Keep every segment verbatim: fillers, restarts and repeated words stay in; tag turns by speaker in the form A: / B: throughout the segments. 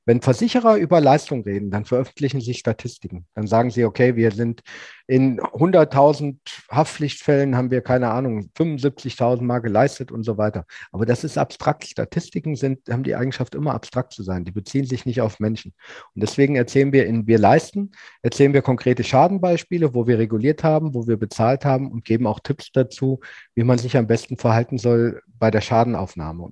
A: Wenn Versicherer über Leistung reden, dann veröffentlichen sie Statistiken. Dann sagen sie, okay, wir sind in hunderttausend Haftpflichtfällen, haben wir, keine Ahnung, fünfundsiebzigtausend Mal geleistet und so weiter. Aber das ist abstrakt. Statistiken sind, haben die Eigenschaft, immer abstrakt zu sein. Die beziehen sich nicht auf Menschen. Und deswegen erzählen wir in Wir leisten, erzählen wir konkrete Schadenbeispiele, wo wir reguliert haben, wo wir bezahlt haben und geben auch Tipps dazu, wie man sich am besten verhalten soll bei der Schadenaufnahme.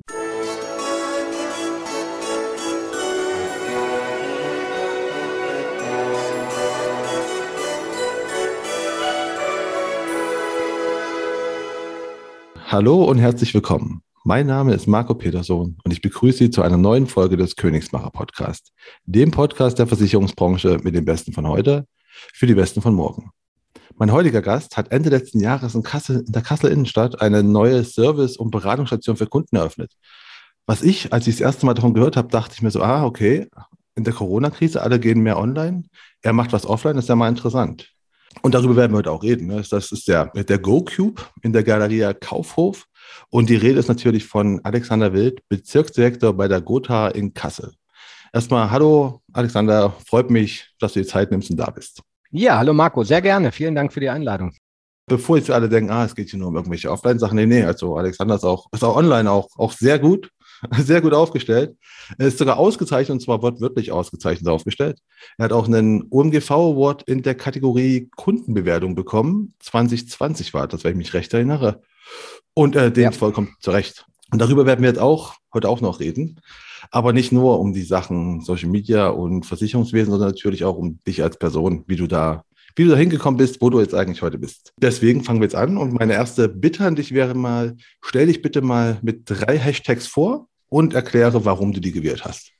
B: Hallo und herzlich willkommen. Mein Name ist Marco Petersohn und ich begrüße Sie zu einer neuen Folge des Königsmacher Podcast, dem Podcast der Versicherungsbranche mit den Besten von heute für die Besten von morgen. Mein heutiger Gast hat Ende letzten Jahres in, Kassel, in der Kassel Innenstadt eine neue Service- und Beratungsstation für Kunden eröffnet. Was ich, als ich das erste Mal davon gehört habe, dachte ich mir so, ah, okay, in der Corona-Krise, alle gehen mehr online, er macht was offline, das ist ja mal interessant. Und darüber werden wir heute auch reden. Das ist der, der GoCube in der Galeria Kaufhof. Und die Rede ist natürlich von Alexander Wild, Bezirksdirektor bei der Gotha in Kassel. Erstmal, hallo Alexander, freut mich, dass du die Zeit nimmst und da bist.
A: Ja, hallo Marco, sehr gerne. Vielen Dank für die Einladung.
B: Bevor jetzt alle denken, ah, es geht hier nur um irgendwelche Offline-Sachen. Nee, nee, also Alexander ist auch, ist auch online auch, auch sehr gut. Sehr gut aufgestellt. Er ist sogar ausgezeichnet, und zwar wortwörtlich ausgezeichnet aufgestellt. Er hat auch einen O M G V-Award in der Kategorie Kundenbewertung bekommen. zwanzig zwanzig war das, wenn ich mich recht erinnere. Und äh, dem ja. vollkommen zurecht. Und darüber werden wir jetzt auch heute auch noch reden. Aber nicht nur um die Sachen Social Media und Versicherungswesen, sondern natürlich auch um dich als Person, wie du da wie du da hingekommen bist, wo du jetzt eigentlich heute bist. Deswegen fangen wir jetzt an und meine erste Bitte an dich wäre mal, stell dich bitte mal mit drei Hashtags vor und erkläre, warum du die gewählt hast.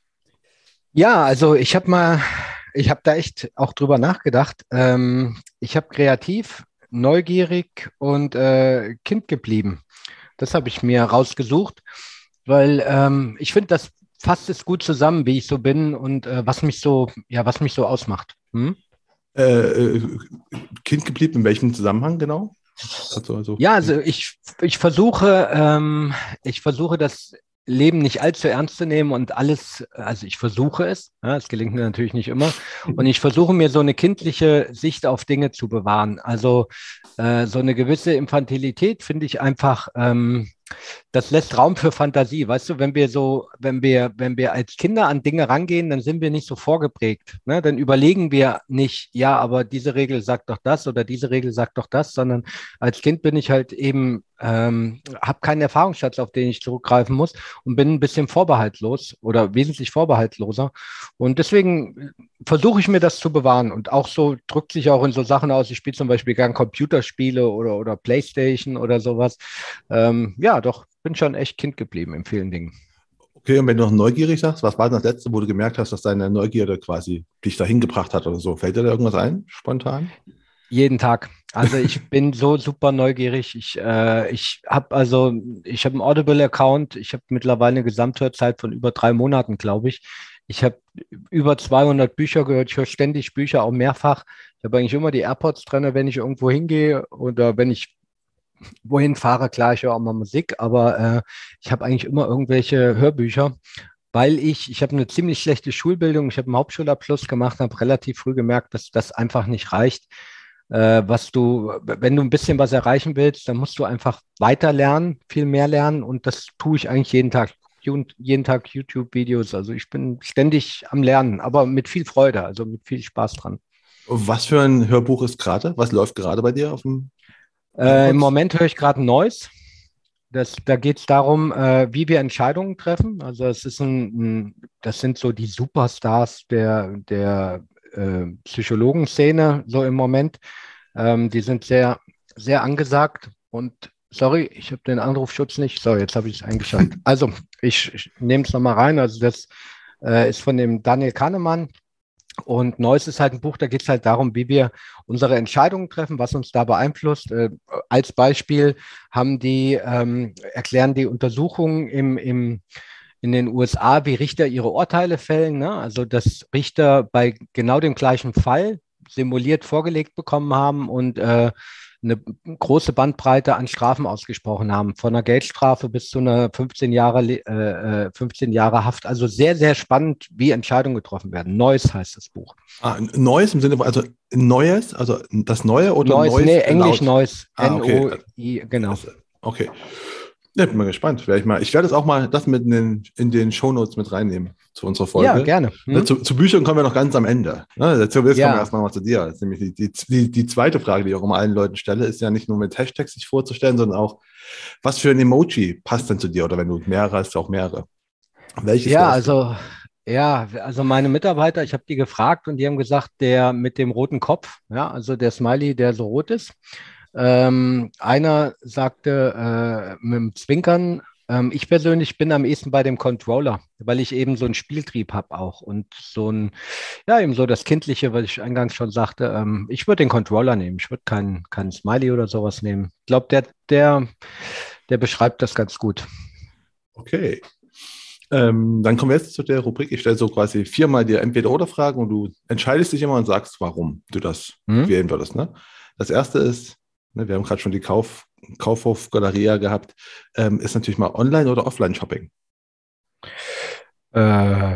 A: Ja, also ich habe mal, ich habe da echt auch drüber nachgedacht. Ähm, ich habe kreativ, neugierig und äh, Kind geblieben. Das habe ich mir rausgesucht, weil ähm, ich finde, das fasst es gut zusammen, wie ich so bin und äh, was mich so, ja, was mich so ausmacht. Hm?
B: Äh, Kind geblieben, in welchem Zusammenhang genau?
A: Also, also, ja, also ich, ich versuche, ähm, ich versuche das Leben nicht allzu ernst zu nehmen und alles, also ich versuche es, ja, es gelingt mir natürlich nicht immer, und ich versuche mir so eine kindliche Sicht auf Dinge zu bewahren. Also äh, so eine gewisse Infantilität finde ich einfach, ähm, das lässt Raum für Fantasie. Weißt du, wenn wir so, wenn wir, wenn wir als Kinder an Dinge rangehen, dann sind wir nicht so vorgeprägt. Ne? Dann überlegen wir nicht, ja, aber diese Regel sagt doch das oder diese Regel sagt doch das, sondern als Kind bin ich halt eben, ähm, habe keinen Erfahrungsschatz, auf den ich zurückgreifen muss und bin ein bisschen vorbehaltlos oder wesentlich vorbehaltloser. Und deswegen versuche ich mir das zu bewahren. Und auch so drückt sich auch in so Sachen aus. Ich spiele zum Beispiel gern Computerspiele oder, oder Playstation oder sowas. Ähm, ja, doch, bin schon echt Kind geblieben in vielen Dingen.
B: Okay, und wenn du noch neugierig sagst, was war das letzte, wo du gemerkt hast, dass deine Neugierde quasi dich dahin gebracht hat oder so? Fällt dir da irgendwas ein, spontan?
A: Jeden Tag. Also ich bin so super neugierig. Ich, äh, ich habe also, ich habe einen Audible-Account. Ich habe mittlerweile eine Gesamthörzeit von über drei Monaten, glaube ich. Ich habe über zweihundert Bücher gehört. Ich höre ständig Bücher, auch mehrfach. Ich habe eigentlich immer die AirPods drin, wenn ich irgendwo hingehe oder wenn ich wohin fahre. Klar, ich höre auch mal Musik, aber äh, ich habe eigentlich immer irgendwelche Hörbücher, weil ich, ich habe eine ziemlich schlechte Schulbildung. Ich habe einen Hauptschulabschluss gemacht, habe relativ früh gemerkt, dass das einfach nicht reicht. Äh, was du, wenn du ein bisschen was erreichen willst, dann musst du einfach weiter lernen, viel mehr lernen, und das tue ich eigentlich jeden Tag. Jeden Tag YouTube-Videos. Also ich bin ständig am Lernen, aber mit viel Freude, also mit viel Spaß dran.
B: Was für ein Hörbuch ist gerade? Was läuft gerade bei dir auf dem
A: Äh, Im Moment höre ich gerade Neues. Das, da geht es darum, äh, wie wir Entscheidungen treffen. Also es ist ein, ein das sind so die Superstars der, der äh, Psychologenszene so im Moment. Ähm, die sind sehr, sehr angesagt. Und sorry, ich habe den Anrufschutz nicht. So, jetzt habe ich es eingeschaltet. Also ich, ich nehme es nochmal rein. Also das äh, ist von dem Daniel Kahnemann. Und Neues ist halt ein Buch, da geht es halt darum, wie wir unsere Entscheidungen treffen, was uns da beeinflusst. Äh, als Beispiel haben die, ähm, erklären die Untersuchungen im, im, in den U S A, wie Richter ihre Urteile fällen. Ne? Also, dass Richter bei genau dem gleichen Fall simuliert vorgelegt bekommen haben und äh, eine große Bandbreite an Strafen ausgesprochen haben, von einer Geldstrafe bis zu einer fünfzehn Jahre, äh, fünfzehn Jahre Haft. Also sehr, sehr spannend, wie Entscheidungen getroffen werden. Neues heißt das Buch.
B: Ah, Neues im Sinne von, also Neues, also das Neue oder
A: Neues,
B: Neues
A: nee, Englisch
B: laut?
A: Neues,
B: Ah, okay.
A: N O I, genau.
B: Okay. Ja, bin mal gespannt. Vielleicht mal, ich werde es auch mal das mit in den, in den Shownotes mit reinnehmen zu unserer
A: Ja,
B: Folge.
A: gerne. Hm?
B: Zu, zu Büchern kommen wir noch ganz am Ende. Ne? Jetzt kommen wir
A: Ja.
B: erstmal mal zu dir. Das ist nämlich die, die, die, die zweite Frage, die ich auch immer allen Leuten stelle, ist ja nicht nur mit Hashtags sich vorzustellen, sondern auch, was für ein Emoji passt denn zu dir? Oder wenn du mehrere hast, auch mehrere. Welches
A: Ja,
B: wärst du?
A: also, ja, also meine Mitarbeiter, ich habe die gefragt und die haben gesagt, der mit dem roten Kopf, ja, also der Smiley, der so rot ist. Ähm, einer sagte äh, mit dem Zwinkern, ähm, ich persönlich bin am ehesten bei dem Controller, weil ich eben so einen Spieltrieb habe auch und so ein, ja, eben so das Kindliche, was ich eingangs schon sagte, ähm, ich würde den Controller nehmen, ich würde keinen keinen Smiley oder sowas nehmen. Ich glaube, der, der, der beschreibt das ganz gut.
B: Okay. Ähm, dann kommen wir jetzt zu der Rubrik. Ich stelle so quasi viermal dir Entweder-Oder-Fragen und du entscheidest dich immer und sagst, warum du das
A: Hm?
B: wählen würdest. Ne? Das erste ist, ne, wir haben gerade schon die Kauf, Kaufhof Galeria gehabt, ähm, ist natürlich mal Online- oder Offline-Shopping.
A: Äh,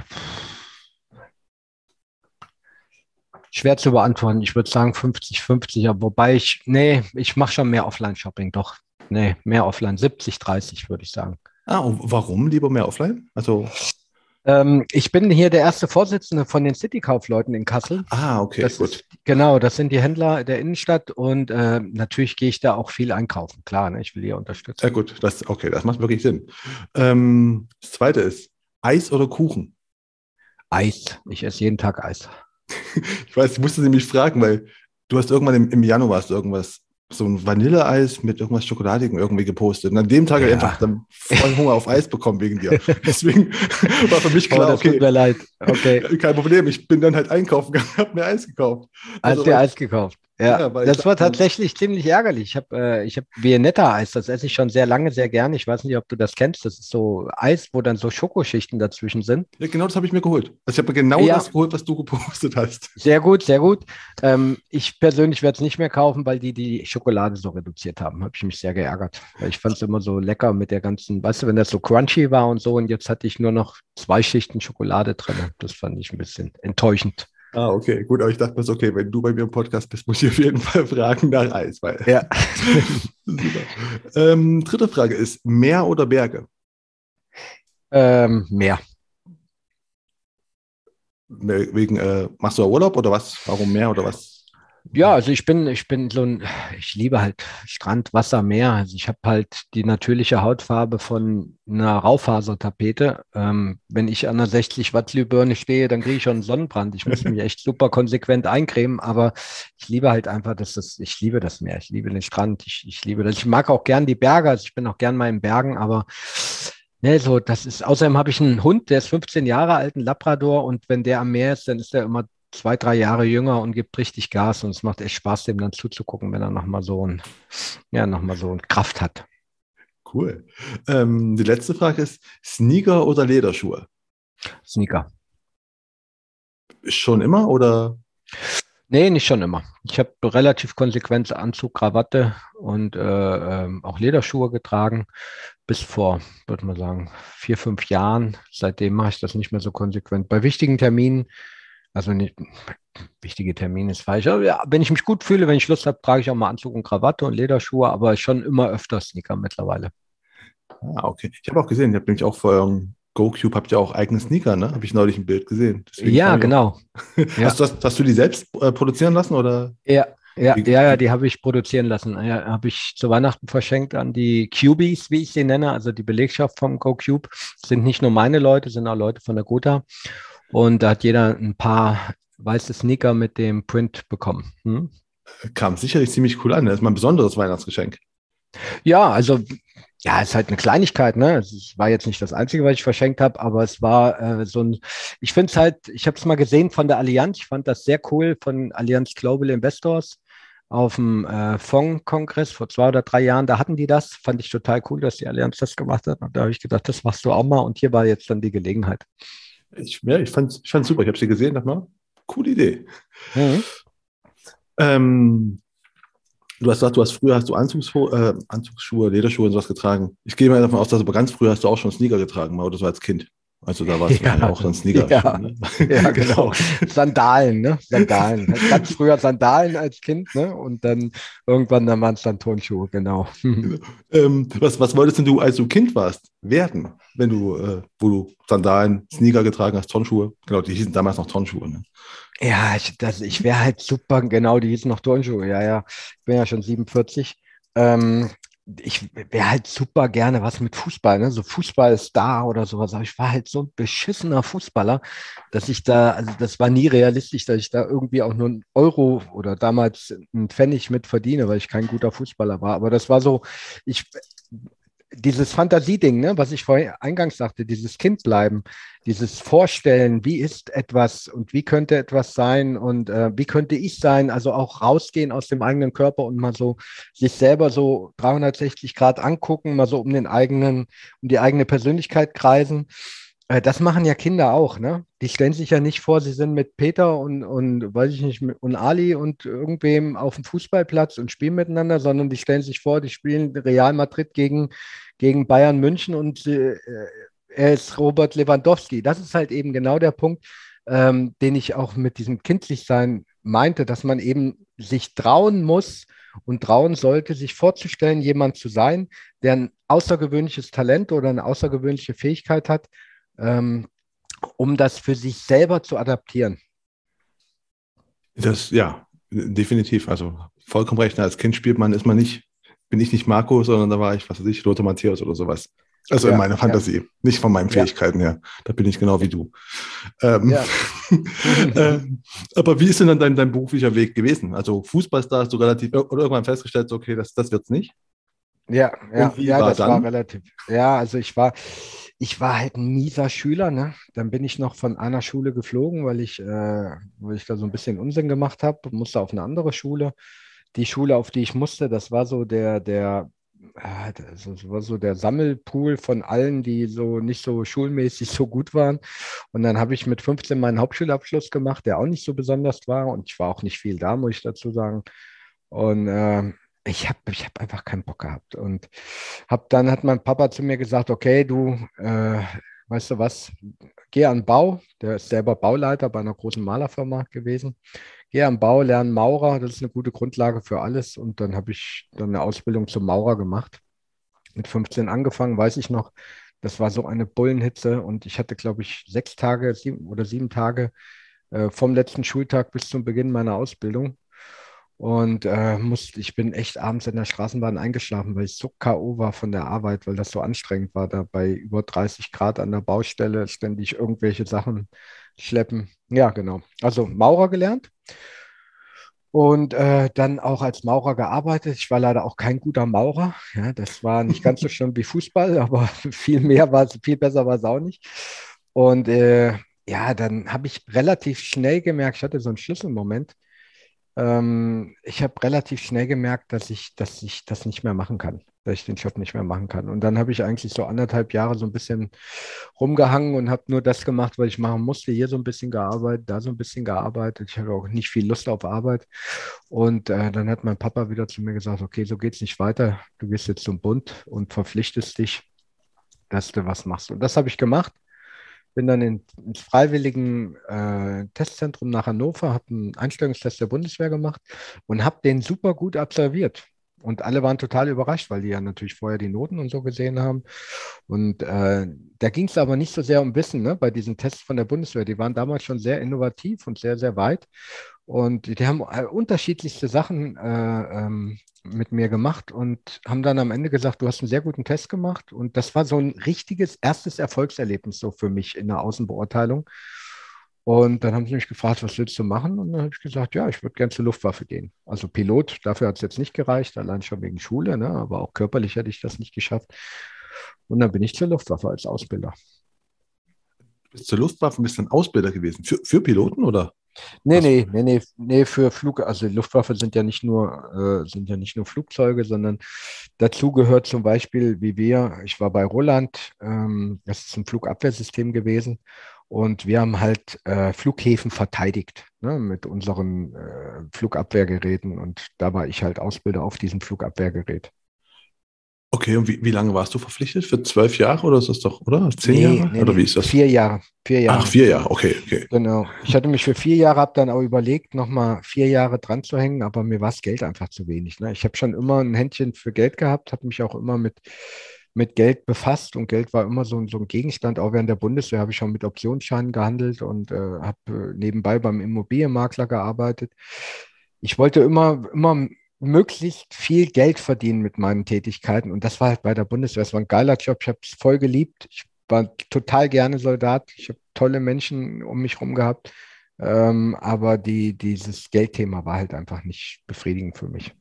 A: Schwer zu beantworten. Ich würde sagen fünfzig fünfzig, aber wobei ich, nee, ich mache schon mehr Offline-Shopping, doch. Nee, mehr Offline. siebzig dreißig würde ich sagen.
B: Ah, und warum lieber mehr Offline? Also,
A: Ähm, ich bin hier der erste Vorsitzende von den City-Kaufleuten in Kassel.
B: ah, okay,
A: Das
B: gut.
A: ist, genau, das sind die Händler der Innenstadt und äh, natürlich gehe ich da auch viel einkaufen. Klar, ne, ich will hier
B: Ja,
A: unterstützen.
B: gut, das, okay, das macht wirklich Sinn. Ähm, das zweite ist, Eis oder Kuchen?
A: Eis. Ich esse jeden Tag Eis.
B: Ich weiß, ich musste sie mich fragen, weil du hast irgendwann im, im Januar hast du irgendwas, so ein Vanilleeis mit irgendwas Schokoladigem irgendwie gepostet. Und an dem Tag habe ich einfach
A: Ja.
B: dann voll Hunger auf Eis bekommen wegen dir. Deswegen war für mich
A: Oh,
B: klar,
A: das tut
B: okay,
A: mir leid. Okay.
B: kein Problem. Ich bin dann halt einkaufen gegangen, habe mir Eis gekauft. Also,
A: Hast dir
B: weil
A: Eis
B: ich,
A: gekauft? Ja,
B: ja, weil ich
A: das war
B: dachte,
A: tatsächlich ziemlich ärgerlich. Ich habe äh, ich hab Viennetta-Eis, das esse ich schon sehr lange, sehr gerne. Ich weiß nicht, ob du das kennst. Das ist so Eis, wo dann so Schokoschichten dazwischen sind.
B: ja, genau das habe ich mir geholt. Also ich habe mir genau
A: Ja,
B: das geholt, was du gepostet hast.
A: sehr gut, sehr gut. Ähm, ich persönlich werde es nicht mehr kaufen, weil die die Schokolade so reduziert haben. Habe ich mich sehr geärgert. Weil ich fand es immer so lecker mit der ganzen, weißt du, wenn das so crunchy war und so und jetzt hatte ich nur noch zwei Schichten Schokolade drin. Das fand ich ein bisschen enttäuschend.
B: Ah, okay, gut, aber ich dachte mir so, okay, wenn du bei mir im Podcast bist, muss ich auf jeden Fall fragen nach Eis, weil.
A: Ja.
B: Super. Ähm, dritte Frage ist: Meer oder Berge?
A: ähm, mehr.
B: Wegen, äh, machst du da Urlaub oder was? Warum Meer oder was?
A: Ja, also ich bin, ich bin so ein, ich liebe halt Strand, Wasser, Meer. Also ich habe halt die natürliche Hautfarbe von einer Raufasertapete. Ähm, wenn ich an einer sechzig Watt Glühbirne stehe, dann kriege ich schon einen Sonnenbrand. Ich muss mich echt super konsequent eincremen, aber ich liebe halt einfach, dass das, ich liebe das Meer, ich liebe den Strand, ich, ich liebe das. Ich mag auch gern die Berge, also ich bin auch gern mal in Bergen, aber ne, so, das ist, außerdem habe ich einen Hund, der ist fünfzehn Jahre alt, ein Labrador, und wenn der am Meer ist, dann ist er immer zwei, drei Jahre jünger und gibt richtig Gas und es macht echt Spaß, dem dann zuzugucken, wenn er nochmal so ein, ja, noch mal so eine Kraft hat.
B: Cool. Ähm, die letzte Frage ist: Sneaker oder Lederschuhe?
A: Sneaker.
B: Schon immer oder?
A: Nee, nicht schon immer. Ich habe relativ konsequent Anzug, Krawatte und äh, ähm, auch Lederschuhe getragen, bis vor, würde man sagen, vier, fünf Jahren. Seitdem mache ich das nicht mehr so konsequent. Bei wichtigen Terminen, also nicht, wichtige Termine ist falsch, aber ja, wenn ich mich gut fühle, wenn ich Lust habe, trage ich auch mal Anzug und Krawatte und Lederschuhe, aber schon immer öfter Sneaker mittlerweile.
B: Ah, okay. Ich habe auch gesehen, ich habe nämlich auch vor eurem GoCube habt ihr auch eigene Sneaker, ne? Habe ich neulich ein Bild gesehen. Deswegen
A: Ja,
B: kam ich auch.
A: genau. Ja.
B: Hast du, das, hast du die selbst äh, produzieren lassen oder?
A: Ja, ja,
B: Wie,
A: ja, ja,
B: wie,
A: die habe ich produzieren lassen. Ja, habe ich zu Weihnachten verschenkt an die Cubies, wie ich sie nenne, also die Belegschaft vom GoCube. Sind nicht nur meine Leute, sind auch Leute von der Gotha. Und da hat jeder ein paar weiße Sneaker mit dem Print bekommen. Hm?
B: kam sicherlich ziemlich cool an. Das ist mal ein besonderes Weihnachtsgeschenk.
A: Ja, also ja, ist halt eine Kleinigkeit, ne? Es war jetzt nicht das Einzige, was ich verschenkt habe, aber es war äh, so ein, ich finde es halt, ich habe es mal gesehen von der Allianz, ich fand das sehr cool von Allianz Global Investors auf dem äh, Fonds-Kongress vor zwei oder drei Jahren, da hatten die das, fand ich total cool, dass die Allianz das gemacht hat. Und da habe ich gedacht, das machst du auch mal und hier war jetzt dann die Gelegenheit.
B: Ich, ja, ich fand es ich fand's super. Ich habe sie gesehen, dachte mal, coole Idee.
A: Mhm.
B: Ähm, Du hast gesagt, du hast früher hast du Anzugsschuhe, äh, Anzugsschuhe, Lederschuhe und sowas getragen. Ich gehe mal davon aus, dass aber ganz früh hast du auch schon Sneaker getragen, mal oder so als Kind. Also da war es wahrscheinlich
A: Ja,
B: auch dann Sneaker-Schuhe,
A: ja,
B: ne?
A: ja, genau.
B: Genau.
A: Sandalen, ne? Sandalen. Ganz früher Sandalen als Kind, ne? Und dann irgendwann dann waren es dann Turnschuhe, genau.
B: Ähm, was, was wolltest denn du, als du Kind warst, werden, wenn du, äh, wo du Sandalen, Sneaker getragen hast, Turnschuhe? Genau, die hießen damals noch Turnschuhe, ne?
A: Ja, ich, das, ich wäre halt super, genau, die hießen noch Turnschuhe, ja, ja. Ich bin ja schon siebenundvierzig. Ähm, ich wäre halt super gerne was mit Fußball, ne? So Fußballstar oder sowas. Aber ich war halt so ein beschissener Fußballer, dass ich da, also das war nie realistisch, dass ich da irgendwie auch nur einen Euro oder damals einen Pfennig mit verdiene, weil ich kein guter Fußballer war. Aber das war so, ich, dieses Fantasieding, ne, was ich vorhin eingangs sagte, dieses Kindbleiben, dieses Vorstellen, wie ist etwas und wie könnte etwas sein und äh, wie könnte ich sein, also auch rausgehen aus dem eigenen Körper und mal so sich selber so dreihundertsechzig Grad angucken, mal so um den eigenen, um die eigene Persönlichkeit kreisen. Äh, das machen ja Kinder auch, ne? Die stellen sich ja nicht vor, sie sind mit Peter und, und weiß ich nicht, mit- und Ali und irgendwem auf dem Fußballplatz und spielen miteinander, sondern die stellen sich vor, die spielen Real Madrid gegen, gegen Bayern München und äh, er ist Robert Lewandowski. Das ist halt eben genau der Punkt, ähm, den ich auch mit diesem Kindlichsein meinte, dass man eben sich trauen muss und trauen sollte, sich vorzustellen, jemand zu sein, der ein außergewöhnliches Talent oder eine außergewöhnliche Fähigkeit hat, ähm, um das für sich selber zu adaptieren.
B: Das, ja, definitiv. Also vollkommen recht. Als Kind spielt man, ist man nicht, bin ich nicht Marco, sondern da war ich, was weiß ich, Lothar Matthäus oder sowas. Also in
A: Ja,
B: meiner
A: ja,
B: Fantasie, nicht von meinen
A: ja,
B: Fähigkeiten her. Da bin ich genau wie du. Ähm,
A: ja.
B: ähm, aber wie ist denn dann dein, dein beruflicher Weg gewesen? Also Fußballstar hast du relativ oder irgendwann festgestellt, so, okay, das, das wird's nicht.
A: Ja, ja,
B: Und wie
A: ja,
B: war
A: das war
B: dann?
A: relativ. Ja, also ich war, ich war halt ein mieser Schüler, ne? Dann bin ich noch von einer Schule geflogen, weil ich, äh, weil ich da so ein bisschen Unsinn gemacht habe, musste auf eine andere Schule. Die Schule, auf die ich musste, das war so der, der, äh, das war so der Sammelpool von allen, die so nicht so schulmäßig so gut waren. Und dann habe ich mit fünfzehn meinen Hauptschulabschluss gemacht, der auch nicht so besonders war. Und ich war auch nicht viel da, muss ich dazu sagen. Und äh, ich habe ich hab einfach keinen Bock gehabt. Und hab, dann hat mein Papa zu mir gesagt, okay, du, äh, weißt du was, geh an den Bau. Der ist selber Bauleiter bei einer großen Malerfirma gewesen. Geh am Bau, lerne Maurer, das ist eine gute Grundlage für alles. Und dann habe ich dann eine Ausbildung zum Maurer gemacht. Mit fünfzehn angefangen, weiß ich noch. Das war so eine Bullenhitze und ich hatte, glaube ich, sechs Tage sieben oder sieben Tage äh, vom letzten Schultag bis zum Beginn meiner Ausbildung. Und äh, musste, ich bin echt abends in der Straßenbahn eingeschlafen, weil ich so K O war von der Arbeit, weil das so anstrengend war, da bei über dreißig Grad an der Baustelle ständig irgendwelche Sachen schleppen. Ja, genau. Also Maurer gelernt und äh, dann auch als Maurer gearbeitet. Ich war leider auch kein guter Maurer. Ja, das war nicht ganz so schlimm wie Fußball, aber viel mehr war es, viel besser war es auch nicht. Und äh, ja, dann habe ich relativ schnell gemerkt, ich hatte so einen Schlüsselmoment. Ähm, ich habe relativ schnell gemerkt, dass ich, dass ich das nicht mehr machen kann, dass ich den Job nicht mehr machen kann. Und dann habe ich eigentlich so anderthalb Jahre so ein bisschen rumgehangen und habe nur das gemacht, was ich machen musste. Hier so ein bisschen gearbeitet, da so ein bisschen gearbeitet. Ich hatte auch nicht viel Lust auf Arbeit. Und äh, dann hat mein Papa wieder zu mir gesagt, okay, so geht's nicht weiter. Du gehst jetzt zum Bund und verpflichtest dich, dass du was machst. Und das habe ich gemacht. Bin dann in, ins freiwilligen äh, Testzentrum nach Hannover, habe einen Einstellungstest der Bundeswehr gemacht und habe den super gut absolviert. Und alle waren total überrascht, weil die ja natürlich vorher die Noten und so gesehen haben. Und äh, da ging es aber nicht so sehr um Wissen, ne, bei diesen Tests von der Bundeswehr. Die waren damals schon sehr innovativ und sehr, sehr weit. Und die haben äh, unterschiedlichste Sachen äh, ähm, mit mir gemacht und haben dann am Ende gesagt, du hast einen sehr guten Test gemacht. Und das war so ein richtiges erstes Erfolgserlebnis so für mich in der Außenbeurteilung. Und dann haben sie mich gefragt, was willst du machen? Und dann habe ich gesagt, ja, ich würde gerne zur Luftwaffe gehen. Also Pilot, dafür hat es jetzt nicht gereicht, allein schon wegen Schule, ne? Aber auch körperlich hätte ich das nicht geschafft. Und dann bin ich zur Luftwaffe als Ausbilder.
B: Du bist zur Luftwaffe, bist dann Ausbilder gewesen. Für, für Piloten oder
A: Nee,
B: was?
A: nee, nee, nee, nee, für Flug, also die Luftwaffe sind ja nicht nur, äh, sind ja nicht nur Flugzeuge, sondern dazu gehört zum Beispiel, wie wir, ich war bei Roland, ähm, das ist ein Flugabwehrsystem gewesen. Und wir haben halt äh, Flughäfen verteidigt, ne, mit unseren äh, Flugabwehrgeräten. Und da war ich halt Ausbilder auf diesem Flugabwehrgerät.
B: Okay, und wie, wie lange warst du verpflichtet? Für zwölf Jahre oder ist das doch, oder? Zehn
A: Nee,
B: Jahre?
A: nee,
B: Oder
A: nee,
B: wie ist das?
A: vier Jahre, vier
B: Ach,
A: Jahre.
B: vier Jahre, okay, okay.
A: Genau. Ich hatte mich für vier Jahre, habe dann auch überlegt, nochmal vier Jahre dran zu hängen, aber mir war das Geld einfach zu wenig. Ne? Ich habe schon immer ein Händchen für Geld gehabt, habe mich auch immer mit, mit Geld befasst und Geld war immer so, ein- so ein Gegenstand. Auch während der Bundeswehr habe ich schon mit Optionsscheinen gehandelt und äh, habe äh, nebenbei beim Immobilienmakler gearbeitet. Ich wollte immer, immer möglichst viel Geld verdienen mit meinen Tätigkeiten und das war halt bei der Bundeswehr. Es war ein geiler Job, ich habe es voll geliebt. Ich war total gerne Soldat. Ich habe tolle Menschen um mich herum gehabt. Ähm, aber die, dieses Geldthema war halt einfach nicht befriedigend für mich.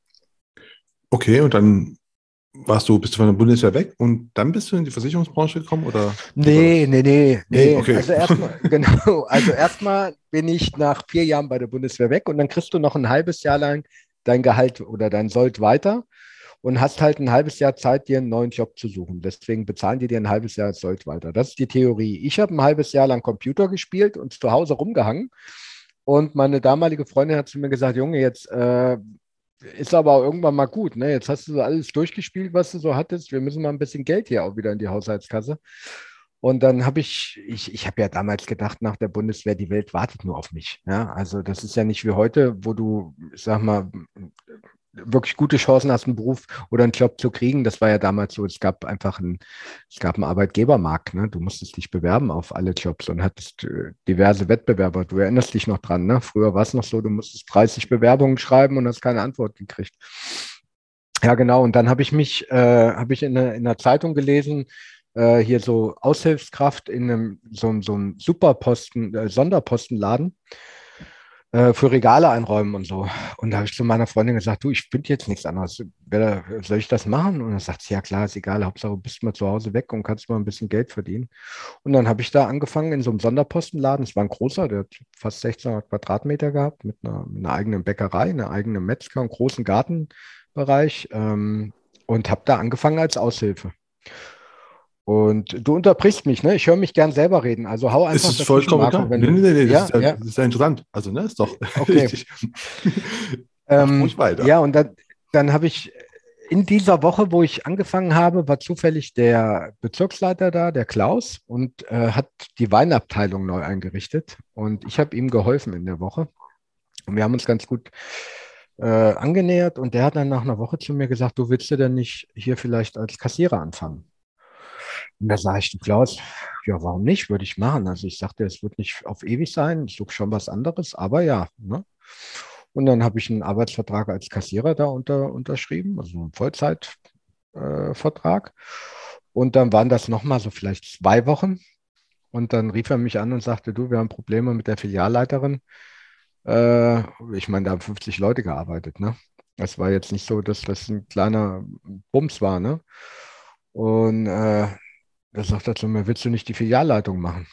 B: Okay, und dann warst du, bist du von der Bundeswehr weg und dann bist du in die Versicherungsbranche gekommen oder wie war
A: Nee,
B: das?
A: nee, nee,
B: Nee,
A: nee.
B: okay.
A: Also erstmal, genau, also erstmal bin ich nach vier Jahren bei der Bundeswehr weg und dann kriegst du noch ein halbes Jahr lang dein Gehalt oder dein Sold weiter und hast halt ein halbes Jahr Zeit, dir einen neuen Job zu suchen. Deswegen bezahlen die dir ein halbes Jahr Sold weiter. Das ist die Theorie. Ich habe ein halbes Jahr lang Computer gespielt und zu Hause rumgehangen. Und meine damalige Freundin hat zu mir gesagt, Junge, jetzt äh, ist aber auch irgendwann mal gut. Ne? Jetzt hast du so alles durchgespielt, was du so hattest. Wir müssen mal ein bisschen Geld hier auch wieder in die Haushaltskasse. Und dann habe ich, ich, ich habe ja damals gedacht, nach der Bundeswehr, die Welt wartet nur auf mich. Ja, also das ist ja nicht wie heute, wo du, ich sag mal, wirklich gute Chancen hast, einen Beruf oder einen Job zu kriegen. Das war ja damals so, es gab einfach einen, es gab einen Arbeitgebermarkt. Ne? Du musstest dich bewerben auf alle Jobs und hattest äh, diverse Wettbewerber. Du erinnerst dich noch dran, ne? Früher war es noch so, du musstest dreißig Bewerbungen schreiben und hast keine Antwort gekriegt. Ja, genau. Und dann habe ich mich, äh, habe ich in der, in der Zeitung gelesen, äh, hier so Aushilfskraft in einem, so, so einem Superposten, äh, Sonderpostenladen äh, für Regale einräumen und so. Und da habe ich zu meiner Freundin gesagt, du, ich finde jetzt nichts anderes. Wer- Soll ich das machen? Und dann sagt sie, ja klar, ist egal, Hauptsache du bist mal zu Hause weg und kannst mal ein bisschen Geld verdienen. Und dann habe ich da angefangen in so einem Sonderpostenladen. Es war ein großer, der hat fast sechzehnhundert Quadratmeter gehabt, mit einer, mit einer eigenen Bäckerei, einer eigenen Metzger, einem großen Gartenbereich ähm, und habe da angefangen als Aushilfe. Und du unterbrichst mich, ne? Ich höre mich gern selber reden. Also hau
B: Es
A: einfach
B: ist
A: dazwischen,
B: vollkommen
A: Marco,
B: egal.
A: wenn
B: Nee,
A: du.
B: nee, nee, nee, das
A: Ja,
B: ist ja,
A: ja,
B: das ist ja interessant. Also, ne, ist doch
A: okay.
B: richtig. Mach
A: Ähm,
B: ruhig weiter.
A: ja, und dann, dann habe ich in dieser Woche, wo ich angefangen habe, war zufällig der Bezirksleiter da, der Klaus, und äh, hat die Weinabteilung neu eingerichtet. Und ich habe ihm geholfen in der Woche. Und wir haben uns ganz gut äh, angenähert. Und der hat dann nach einer Woche zu mir gesagt, du willst du denn nicht hier vielleicht als Kassierer anfangen? Und da sage ich, du Klaus, ja, warum nicht? Würde ich machen. Also ich sagte, es wird nicht auf ewig sein. Ich suche schon was anderes, aber ja. Ne? Und dann habe ich einen Arbeitsvertrag als Kassierer da unter, unterschrieben, also einen Vollzeitvertrag. Äh, Vertrag. Und dann waren das nochmal so vielleicht zwei Wochen. Und dann rief er mich an und sagte, du, wir haben Probleme mit der Filialleiterin. Äh, ich meine, da haben fünfzig Leute gearbeitet, ne? Es war jetzt nicht so, dass das ein kleiner Bums war, ne? Und äh, da sagt er zu mir, willst du nicht die Filialleitung machen?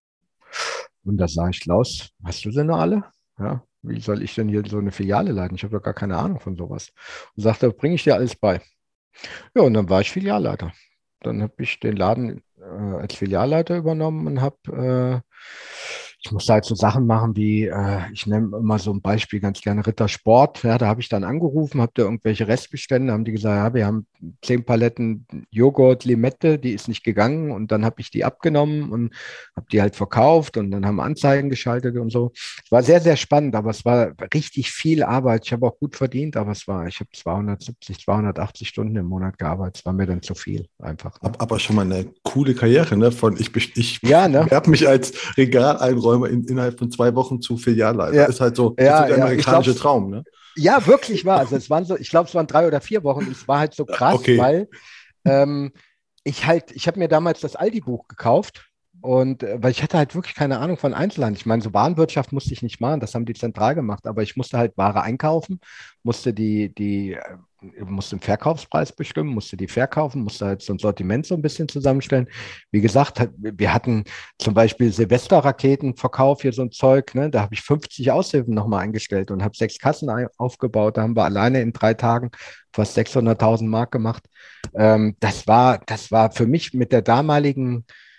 A: Und da sage ich, Klaus, hast du sie noch alle? Ja, wie soll ich denn hier so eine Filiale leiten? Ich habe doch gar keine Ahnung von sowas. Und sagte, bringe ich dir alles bei. Ja, und dann war ich Filialleiter. Dann habe ich den Laden äh, als Filialleiter übernommen und habe, äh, ich musste halt so Sachen machen wie, äh, ich nenne immer so ein Beispiel ganz gerne Rittersport. Ja, da habe ich dann angerufen, habe da irgendwelche Restbestände, haben die gesagt, ja, wir haben zehn Paletten Joghurt, Limette, die ist nicht gegangen und dann habe ich die abgenommen und habe die halt verkauft und dann haben wir Anzeigen geschaltet und so. Es war sehr, sehr spannend, aber es war richtig viel Arbeit. Ich habe auch gut verdient, aber es war, ich habe zweihundertsiebzig, zweihundertachtzig Stunden im Monat gearbeitet. Es war mir dann zu viel einfach. Ne?
B: Aber schon mal eine coole Karriere, ne? Von ich, ich
A: Ja, ne?
B: bewerbe mich als Regaleinräumer in, innerhalb von zwei Wochen zu Filialleiter.
A: Ja,
B: Ist halt so, das ist so
A: ja,
B: der
A: ja. Ich
B: amerikanische
A: glaube,
B: Traum, ne?
A: ja, wirklich war. Also es waren so, ich glaube, es waren drei oder vier Wochen. Es war halt so krass,
B: Okay.
A: weil ähm, ich halt, ich habe mir damals das Aldi-Buch gekauft und äh, weil ich hatte halt wirklich keine Ahnung von Einzelhandel. Ich meine, so Warenwirtschaft musste ich nicht machen, das haben die zentral gemacht, aber ich musste halt Ware einkaufen, musste die, die, äh, musste den Verkaufspreis bestimmen, musste die verkaufen, musste halt so ein Sortiment so ein bisschen zusammenstellen. Wie gesagt, hat- wir hatten zum Beispiel Silvesterraketenverkauf, hier so ein Zeug, ne? Da habe ich fünfzig Aushilfen nochmal eingestellt und habe sechs Kassen ein- aufgebaut. Da haben wir alleine in drei Tagen fast sechshunderttausend Mark gemacht. Ähm, das war, das war für mich mit der damaligen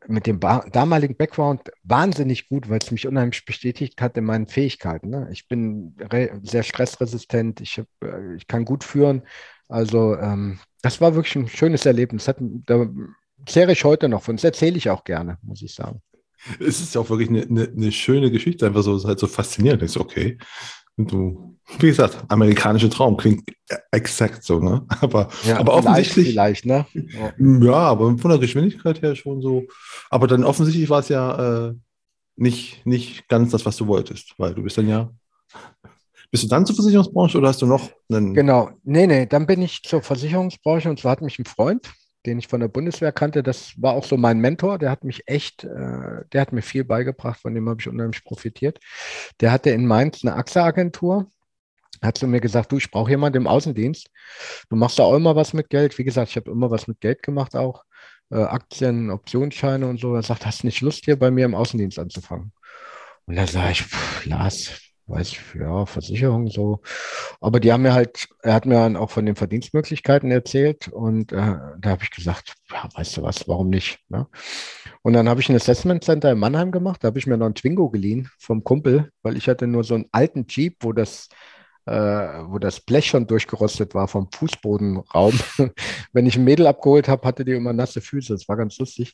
A: mit dem ba- damaligen Background wahnsinnig gut, weil es mich unheimlich bestätigt hat in meinen Fähigkeiten. Ne? Ich bin re- sehr stressresistent, ich, hab, äh, ich kann gut führen. Also ähm, das war wirklich ein schönes Erlebnis. Hat, da zehre ich heute noch von. Das erzähle ich auch gerne, muss ich sagen.
B: Es ist ja auch wirklich eine, eine, eine schöne Geschichte, einfach so, es ist halt so faszinierend. Ich so, okay. Und du, wie gesagt, amerikanischer Traum klingt exakt so, ne? Aber,
A: Ja,
B: aber
A: vielleicht,
B: offensichtlich,
A: vielleicht, ne? Ja.
B: ja, aber von der Geschwindigkeit her schon so. Aber dann offensichtlich war es ja äh, nicht, nicht ganz das, was du wolltest, weil du bist dann ja, bist du dann zur Versicherungsbranche oder hast du noch einen,
A: Genau. Nee, nee, dann bin ich zur Versicherungsbranche und zwar hat mich ein Freund, den ich von der Bundeswehr kannte, das war auch so mein Mentor, der hat mich echt, äh, der hat mir viel beigebracht, von dem habe ich unheimlich profitiert. Der hatte in Mainz eine A X A-Agentur, hat zu mir gesagt, du, ich brauche jemanden im Außendienst. Du machst da auch immer was mit Geld. Wie gesagt, ich habe immer was mit Geld gemacht auch. Äh, Aktien, Optionsscheine und so. Er sagt, hast du nicht Lust, hier bei mir im Außendienst anzufangen? Und da sage ich, pff, Lars, weiß ich, ja, Versicherung so. Aber die haben mir halt, er hat mir dann auch von den Verdienstmöglichkeiten erzählt und äh, da habe ich gesagt, ja, weißt du was, warum nicht? Ne? Und dann habe ich ein Assessment Center in Mannheim gemacht, da habe ich mir noch einen Twingo geliehen vom Kumpel, weil ich hatte nur so einen alten Jeep, wo das äh, wo das Blech schon durchgerostet war vom Fußbodenraum. Wenn ich ein Mädel abgeholt habe, hatte die immer nasse Füße. Das war ganz lustig.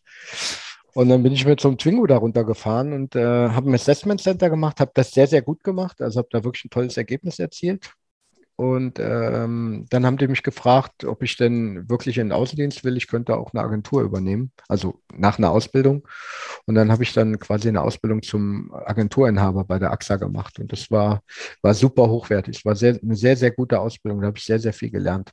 A: Und dann bin ich mit so einem Twingo da runtergefahren und äh, habe ein Assessment Center gemacht, habe das sehr, sehr gut gemacht. Also habe da wirklich ein tolles Ergebnis erzielt. Und ähm, dann haben die mich gefragt, ob ich denn wirklich in den Außendienst will. Ich könnte auch eine Agentur übernehmen, also nach einer Ausbildung. Und dann habe ich dann quasi eine Ausbildung zum Agenturinhaber bei der A X A gemacht. Und das war, war super hochwertig. War sehr, eine sehr, sehr gute Ausbildung. Da habe ich sehr, sehr viel gelernt.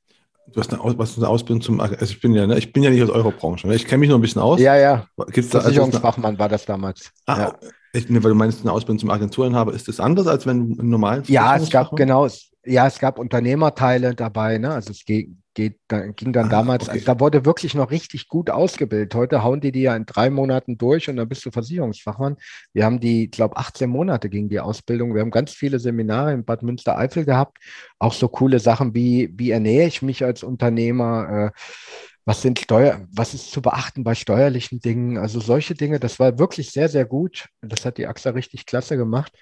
B: du hast eine, Aus- was ist eine Ausbildung zum, also ich bin ja, ne, ich bin ja nicht aus eurer Branche, ne? Ich kenne mich noch ein bisschen aus.
A: Ja, ja.
B: Gibt's da, also ist eine,
A: Versicherungsfachmann war das damals.
B: ah,
A: Ja.
B: oh, ich, ne, weil du meinst, eine Ausbildung zum Agenturinhaber, ist das anders, als wenn du einen normalen
A: Ja, es gab
B: Versicherungsfachmann?
A: genau, es, ja, es gab Unternehmerteile dabei, ne? Also es geht, geht, da, ging dann
B: Ah,
A: damals, also
B: okay.
A: da wurde wirklich noch richtig gut ausgebildet. Heute hauen die die ja in drei Monaten durch und dann bist du Versicherungsfachmann. Wir haben die, ich glaube, achtzehn Monate ging die Ausbildung. Wir haben ganz viele Seminare in Bad Münstereifel gehabt. Auch so coole Sachen wie, wie ernähre ich mich als Unternehmer? Äh, was sind Steuer, was ist zu beachten bei steuerlichen Dingen? Also solche Dinge, das war wirklich sehr, sehr gut. Das hat die A X A richtig klasse gemacht.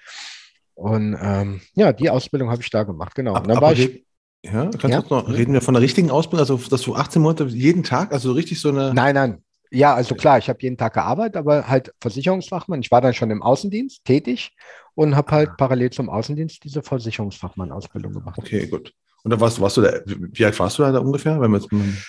A: Und ähm, ja, die Ausbildung habe ich da gemacht, genau. Und
B: Aber,
A: dann war
B: aber
A: ich,
B: red, ja, kannst du
A: ja,
B: uns noch,
A: hm?
B: reden wir von der richtigen Ausbildung, also dass du achtzehn Monate jeden Tag, also richtig so eine,
A: Nein, nein. Ja, also klar, ich habe jeden Tag gearbeitet, aber halt Versicherungsfachmann. Ich war dann schon im Außendienst tätig und habe halt parallel zum Außendienst diese Versicherungsfachmann-Ausbildung gemacht.
B: okay, gut. Und da warst, warst du da, wie alt warst du da, da ungefähr? Wenn wir jetzt, mal-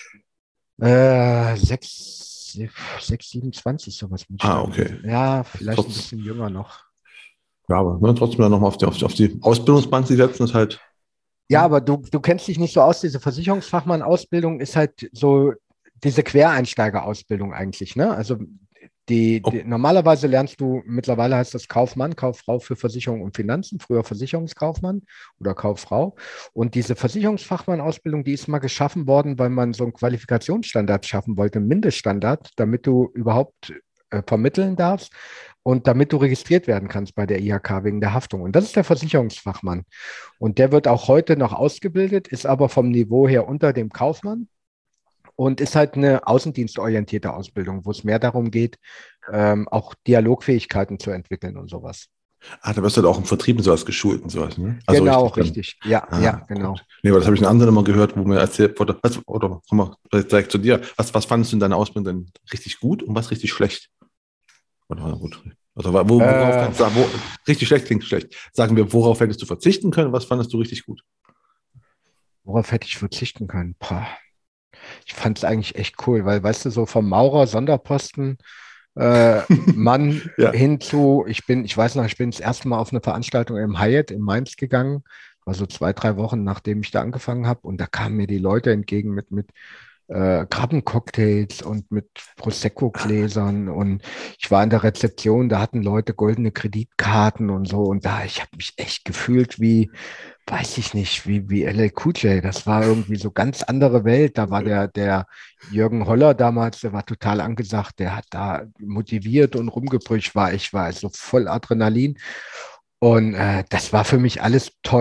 A: Äh, sechs, sechs, siebenundzwanzig, sowas bin ich
B: ah,
A: da
B: okay.
A: gewesen. Ja,
B: Also
A: vielleicht ein
B: trotz,
A: bisschen jünger noch.
B: ja, aber ne, trotzdem dann nochmal auf die, auf die, auf die Ausbildungsbank zu setzen, ist halt,
A: Ja,
B: ne?
A: aber du, du kennst dich nicht so aus. Diese Versicherungsfachmann-Ausbildung ist halt so diese Quereinsteiger-Ausbildung eigentlich, ne? Also die, die,
B: Oh,
A: normalerweise lernst du, mittlerweile heißt das Kaufmann, Kauffrau für Versicherung und Finanzen, früher Versicherungskaufmann oder Kauffrau. Und diese Versicherungsfachmann-Ausbildung, die ist mal geschaffen worden, weil man so einen Qualifikationsstandard schaffen wollte, einen Mindeststandard, damit du überhaupt äh, vermitteln darfst und damit du registriert werden kannst bei der I H K wegen der Haftung. Und das ist der Versicherungsfachmann. Und der wird auch heute noch ausgebildet, ist aber vom Niveau her unter dem Kaufmann und ist halt eine außendienstorientierte Ausbildung, wo es mehr darum geht, ähm, auch Dialogfähigkeiten zu entwickeln und sowas.
B: ah, da wirst du halt auch im Vertrieb und sowas geschult und sowas, ne? Also
A: Genau,
B: richtig dann.
A: richtig. Ja, ja,
B: Ah,
A: genau.
B: gut. Nee, aber das habe ich einen anderen immer gehört, wo mir erzählt wurde, was, oder komm mal, vielleicht direkt zu dir. Was, was fandest du in deiner Ausbildung denn richtig gut und was richtig schlecht? Oder gut. Also wo, worauf
A: Äh,
B: kannst du sagen, wo, richtig schlecht klingt schlecht. Sagen wir, worauf hättest du verzichten können? Was fandest du richtig gut?
A: worauf hätte ich verzichten können? Pah. Ich fand es eigentlich echt cool, weil, weißt du, so vom Maurer Sonderposten äh, Mann
B: Ja.
A: hinzu, ich bin, ich weiß noch, ich bin das erste Mal auf eine Veranstaltung im Hyatt in Mainz gegangen, war so zwei, drei Wochen, nachdem ich da angefangen habe und da kamen mir die Leute entgegen mit, mit äh, Krabbencocktails und mit Prosecco-Gläsern und ich war in der Rezeption, da hatten Leute goldene Kreditkarten und so und da, ich habe mich echt gefühlt wie, weiß ich nicht, wie, wie L L Cool J, das war irgendwie so ganz andere Welt, da war der, der Jürgen Holler damals, der war total angesagt, der hat da motiviert und rumgebrüllt, war ich war also voll Adrenalin und äh, das war für mich alles toll.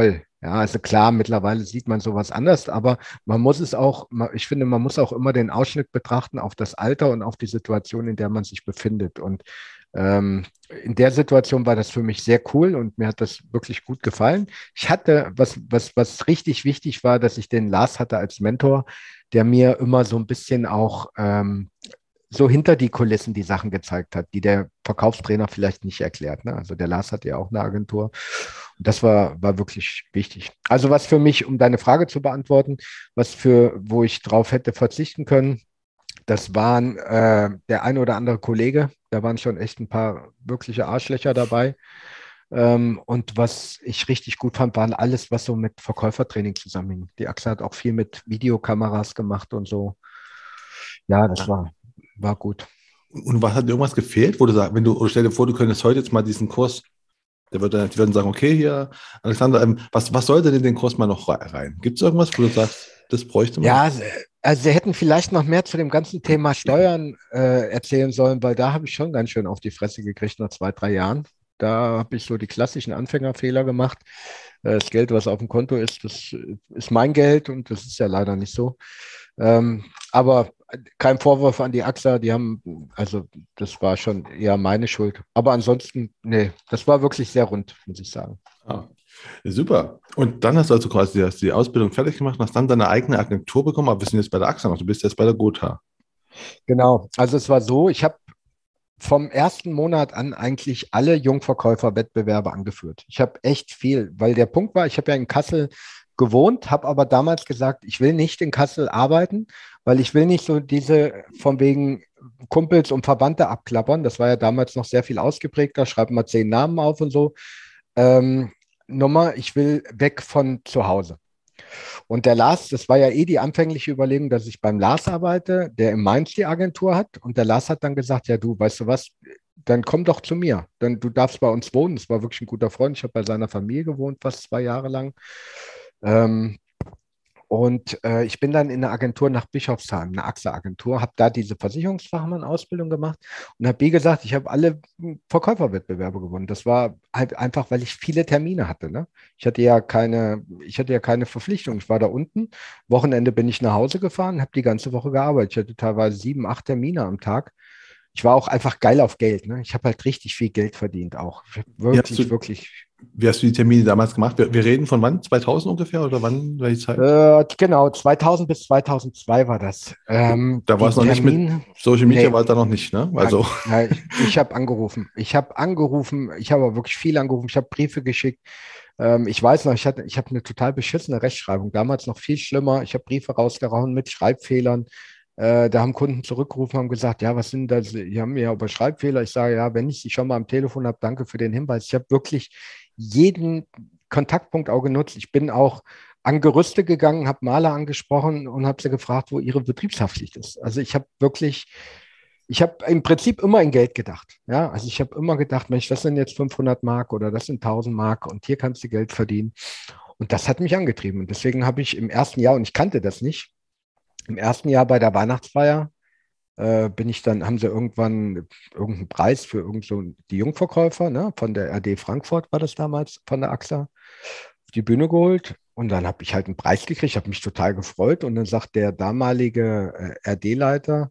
A: Ja, also klar, mittlerweile sieht man sowas anders, aber man muss es auch, ich finde, man muss auch immer den Ausschnitt betrachten auf das Alter und auf die Situation, in der man sich befindet. Und ähm, in der Situation war das für mich sehr cool und mir hat das wirklich gut gefallen. Ich hatte, was, was, was richtig wichtig war, dass ich den Lars hatte als Mentor, der mir immer so ein bisschen auch ähm, so hinter die Kulissen die Sachen gezeigt hat, die der Verkaufstrainer vielleicht nicht erklärt. Ne? Also der Lars hat ja auch eine Agentur. Und das war, war wirklich wichtig. Also was für mich, um deine Frage zu beantworten, was für, wo ich drauf hätte verzichten können, das waren äh, der ein oder andere Kollege. Da waren schon echt ein paar wirkliche Arschlöcher dabei. Ähm, und was ich richtig gut fand, waren alles, was so mit Verkäufertraining zusammenhing. Die Axel hat auch viel mit Videokameras gemacht und so. Ja, das war, war gut.
B: Und was hat dir irgendwas gefehlt, wo du sagst, wenn du, oder stell dir vor, du könntest heute jetzt mal diesen Kurs, der wird dann, die würden sagen, okay, hier, Alexander, ähm, was, was sollte denn in den Kurs mal noch rein? Gibt es irgendwas, wo du sagst, das bräuchte man?
A: Ja, also Sie hätten vielleicht noch mehr zu dem ganzen Thema Steuern äh, erzählen sollen, weil da habe ich schon ganz schön auf die Fresse gekriegt nach zwei, drei Jahren. Da habe ich so die klassischen Anfängerfehler gemacht. Äh, Das Geld, was auf dem Konto ist, das ist mein Geld und das ist ja leider nicht so. Ähm, aber kein Vorwurf an die A X A, die haben, also das war schon eher meine Schuld. Aber ansonsten, nee, das war wirklich sehr rund, muss ich sagen.
B: Ah, super. Und dann hast du also quasi die, die Ausbildung fertig gemacht, hast dann deine eigene Agentur bekommen, aber wir sind jetzt bei der A X A noch, du bist jetzt bei der Gotha.
A: Genau, also es war so, ich habe vom ersten Monat an eigentlich alle Jungverkäufer-Wettbewerbe angeführt. Ich habe echt viel, weil der Punkt war, ich habe ja in Kassel gewohnt, habe aber damals gesagt, ich will nicht in Kassel arbeiten, weil ich will nicht so diese von wegen Kumpels und Verwandte abklappern. Das war ja damals noch sehr viel ausgeprägter, schreib mal zehn Namen auf und so. Ähm, Nummer, ich will weg von zu Hause. Und der Lars, das war ja eh die anfängliche Überlegung, dass ich beim Lars arbeite, der in Mainz die Agentur hat. Und der Lars hat dann gesagt, ja du, weißt du was, dann komm doch zu mir. Dann, du darfst bei uns wohnen. Das war wirklich ein guter Freund. Ich habe bei seiner Familie gewohnt, fast zwei Jahre lang. Ähm, und äh, ich bin dann in eine Agentur nach Bischofsheim, eine A X A-Agentur, habe da diese Versicherungsfachmann-Ausbildung gemacht und habe, wie gesagt, ich habe alle Verkäuferwettbewerbe gewonnen. Das war halt einfach, weil ich viele Termine hatte. Ne? Ich hatte ja keine, ich hatte ja keine Verpflichtung. Ich war da unten. Wochenende bin ich nach Hause gefahren, habe die ganze Woche gearbeitet. Ich hatte teilweise sieben, acht Termine am Tag. Ich war auch einfach geil auf Geld. Ne? Ich habe halt richtig viel Geld verdient auch.
B: Wie hast
A: Wirklich,
B: du,
A: wirklich.
B: wie hast du die Termine damals gemacht? Wir, wir reden von wann? zweitausend ungefähr oder wann? Welche Zeit?
A: Äh, genau, zweitausend bis zweitausendzwei war das. Ähm,
B: Da war es
A: die
B: noch nicht mit
A: Termine,
B: Social Media,
A: nee,
B: war es da noch nicht, ne?
A: nein,
B: Also,
A: nein, ich, ich habe angerufen. Ich habe angerufen, ich habe wirklich viel angerufen, ich habe Briefe geschickt. Ähm, ich weiß noch, ich hatte, ich habe eine total beschissene Rechtschreibung, damals noch viel schlimmer. Ich habe Briefe rausgehauen mit Schreibfehlern. Äh, da haben Kunden zurückgerufen, haben gesagt, ja, was sind das? Die haben mir ja über Schreibfehler. Ich sage, ja, wenn ich Sie schon mal am Telefon habe, danke für den Hinweis. Ich habe wirklich jeden Kontaktpunkt auch genutzt. Ich bin auch an Gerüste gegangen, habe Maler angesprochen und habe sie gefragt, wo ihre Betriebshaftpflicht ist. Also ich habe wirklich, ich habe im Prinzip immer in Geld gedacht. Ja, also ich habe immer gedacht, Mensch, das sind jetzt fünfhundert Mark oder das sind tausend Mark und hier kannst du Geld verdienen. Und das hat mich angetrieben. Und deswegen habe ich im ersten Jahr, und ich kannte das nicht, im ersten Jahr bei der Weihnachtsfeier äh, bin ich dann, haben sie irgendwann irgendeinen Preis für irgend so die Jungverkäufer, ne, von der R D Frankfurt war das damals, von der A X A, auf die Bühne geholt. Und dann habe ich halt einen Preis gekriegt, habe mich total gefreut. Und dann sagt der damalige äh, R D-Leiter,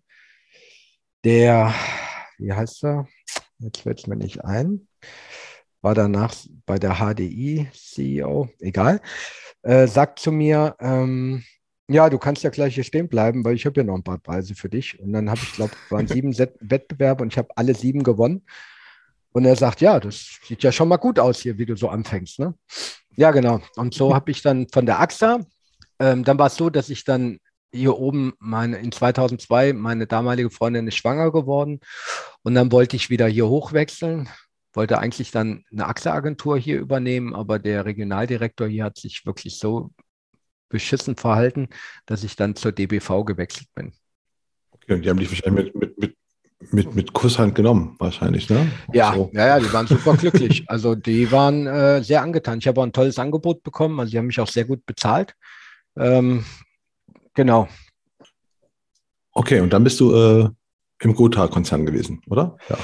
A: der, wie heißt er? Jetzt fällt es mir nicht ein. War danach bei der H D I-C E O, egal, äh, sagt zu mir, ähm, ja, du kannst ja gleich hier stehen bleiben, weil ich habe ja noch ein paar Preise für dich. Und dann habe ich, glaube, es waren sieben Set Wettbewerbe und ich habe alle sieben gewonnen. Und er sagt, ja, das sieht ja schon mal gut aus hier, wie du so anfängst. Ne? Ja, genau. Und so habe ich dann von der A X A, ähm, dann war es so, dass ich dann hier oben meine, in zweitausendzwei, meine damalige Freundin ist schwanger geworden und dann wollte ich wieder hier hochwechseln, wollte eigentlich dann eine A X A-Agentur hier übernehmen, aber der Regionaldirektor hier hat sich wirklich so beschissen verhalten, dass ich dann zur D B V gewechselt bin.
B: okay, und die haben dich wahrscheinlich mit, mit, mit, mit, mit Kusshand genommen, wahrscheinlich, ne?
A: Ja,
B: So.
A: ja, ja, die waren super glücklich. Also die waren äh, sehr angetan. Ich habe auch ein tolles Angebot bekommen. Also die haben mich auch sehr gut bezahlt. Ähm, genau.
B: Okay, und dann bist du äh, im Gotha-Konzern gewesen, oder? Ja.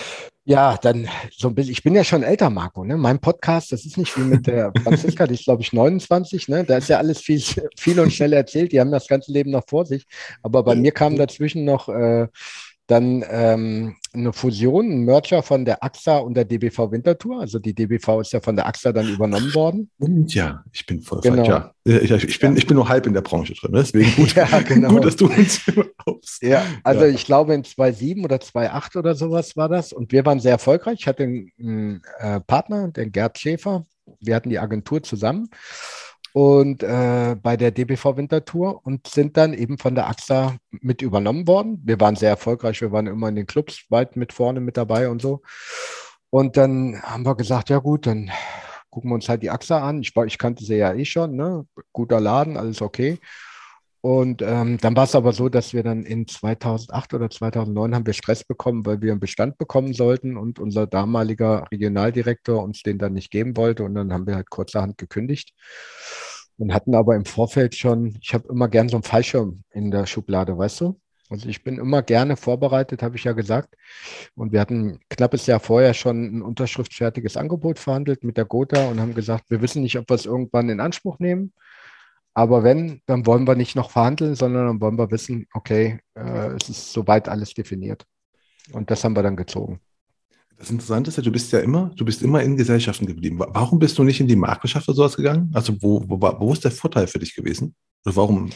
A: Ja, dann so ein bisschen. Ich bin ja schon älter, Marco. Ne? Mein Podcast, das ist nicht wie mit der Franziska, die ist, glaube ich, neunundzwanzig. Ne? Da ist ja alles viel, viel und schnell erzählt. Die haben das ganze Leben noch vor sich. Aber bei mir kam dazwischen noch äh, dann ähm, eine Fusion, ein Merger von der AXA und der D B V Winterthur. Also die D B V ist ja von der AXA dann übernommen worden.
B: Und ja, ich bin voll falsch.
A: Genau.
B: Ja, ich, ich, bin,
A: Ja.
B: ich bin nur halb in der Branche drin. Ne? Deswegen gut,
A: Ja, genau.
B: gut, dass du uns aufs.
A: Ja, also
B: Ja.
A: ich glaube in zweitausendsieben oder zweitausendacht oder sowas war das. Und wir waren sehr erfolgreich. Ich hatte einen, einen äh, Partner, den Gerd Schäfer. Wir hatten die Agentur zusammen und äh, bei der D B V Winterthur und sind dann eben von der AXA mit übernommen worden. Wir waren sehr erfolgreich. Wir waren immer in den Clubs weit mit vorne mit dabei und so. Und dann haben wir gesagt, ja gut, dann gucken wir uns halt die AXA an. Ich, war- ich kannte sie ja eh schon, ne? Guter Laden, alles okay. Und ähm, dann war es aber so, dass wir dann in zweitausendacht oder zweitausendneun haben wir Stress bekommen, weil wir einen Bestand bekommen sollten und unser damaliger Regionaldirektor uns den dann nicht geben wollte. Und dann haben wir halt kurzerhand gekündigt und hatten aber im Vorfeld schon, ich habe immer gern so einen Fallschirm in der Schublade, weißt du? Also ich bin immer gerne vorbereitet, habe ich ja gesagt. Und wir hatten ein knappes Jahr vorher schon ein unterschriftsfertiges Angebot verhandelt mit der Gotha und haben gesagt, wir wissen nicht, ob wir es irgendwann in Anspruch nehmen. Aber wenn, dann wollen wir nicht noch verhandeln, sondern dann wollen wir wissen, okay, äh, es ist soweit alles definiert. Und das haben wir dann gezogen.
B: Das Interessante ist ja, du bist ja immer, du bist immer in Gesellschaften geblieben. Wa- Warum bist du nicht in die Marktwirtschaft oder sowas gegangen? Also wo, wo, war- wo ist der Vorteil für dich gewesen? Oder warum?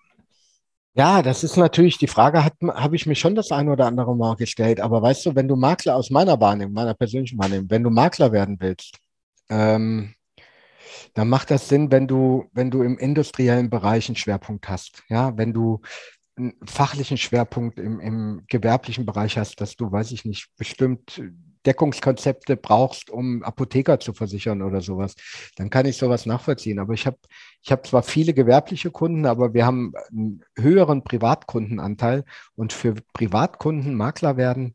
A: Ja, das ist natürlich, die Frage hat, habe ich mir schon das ein oder andere Mal gestellt. Aber weißt du, wenn du Makler aus meiner Wahrnehmung, meiner persönlichen Wahrnehmung, wenn du Makler werden willst, ähm, dann macht das Sinn, wenn du, wenn du im industriellen Bereich einen Schwerpunkt hast. Ja, wenn du einen fachlichen Schwerpunkt im, im gewerblichen Bereich hast, dass du, weiß ich nicht, bestimmt Deckungskonzepte brauchst, um Apotheker zu versichern oder sowas, dann kann ich sowas nachvollziehen. Aber ich habe ich hab zwar viele gewerbliche Kunden, aber wir haben einen höheren Privatkundenanteil und für Privatkunden Makler werden,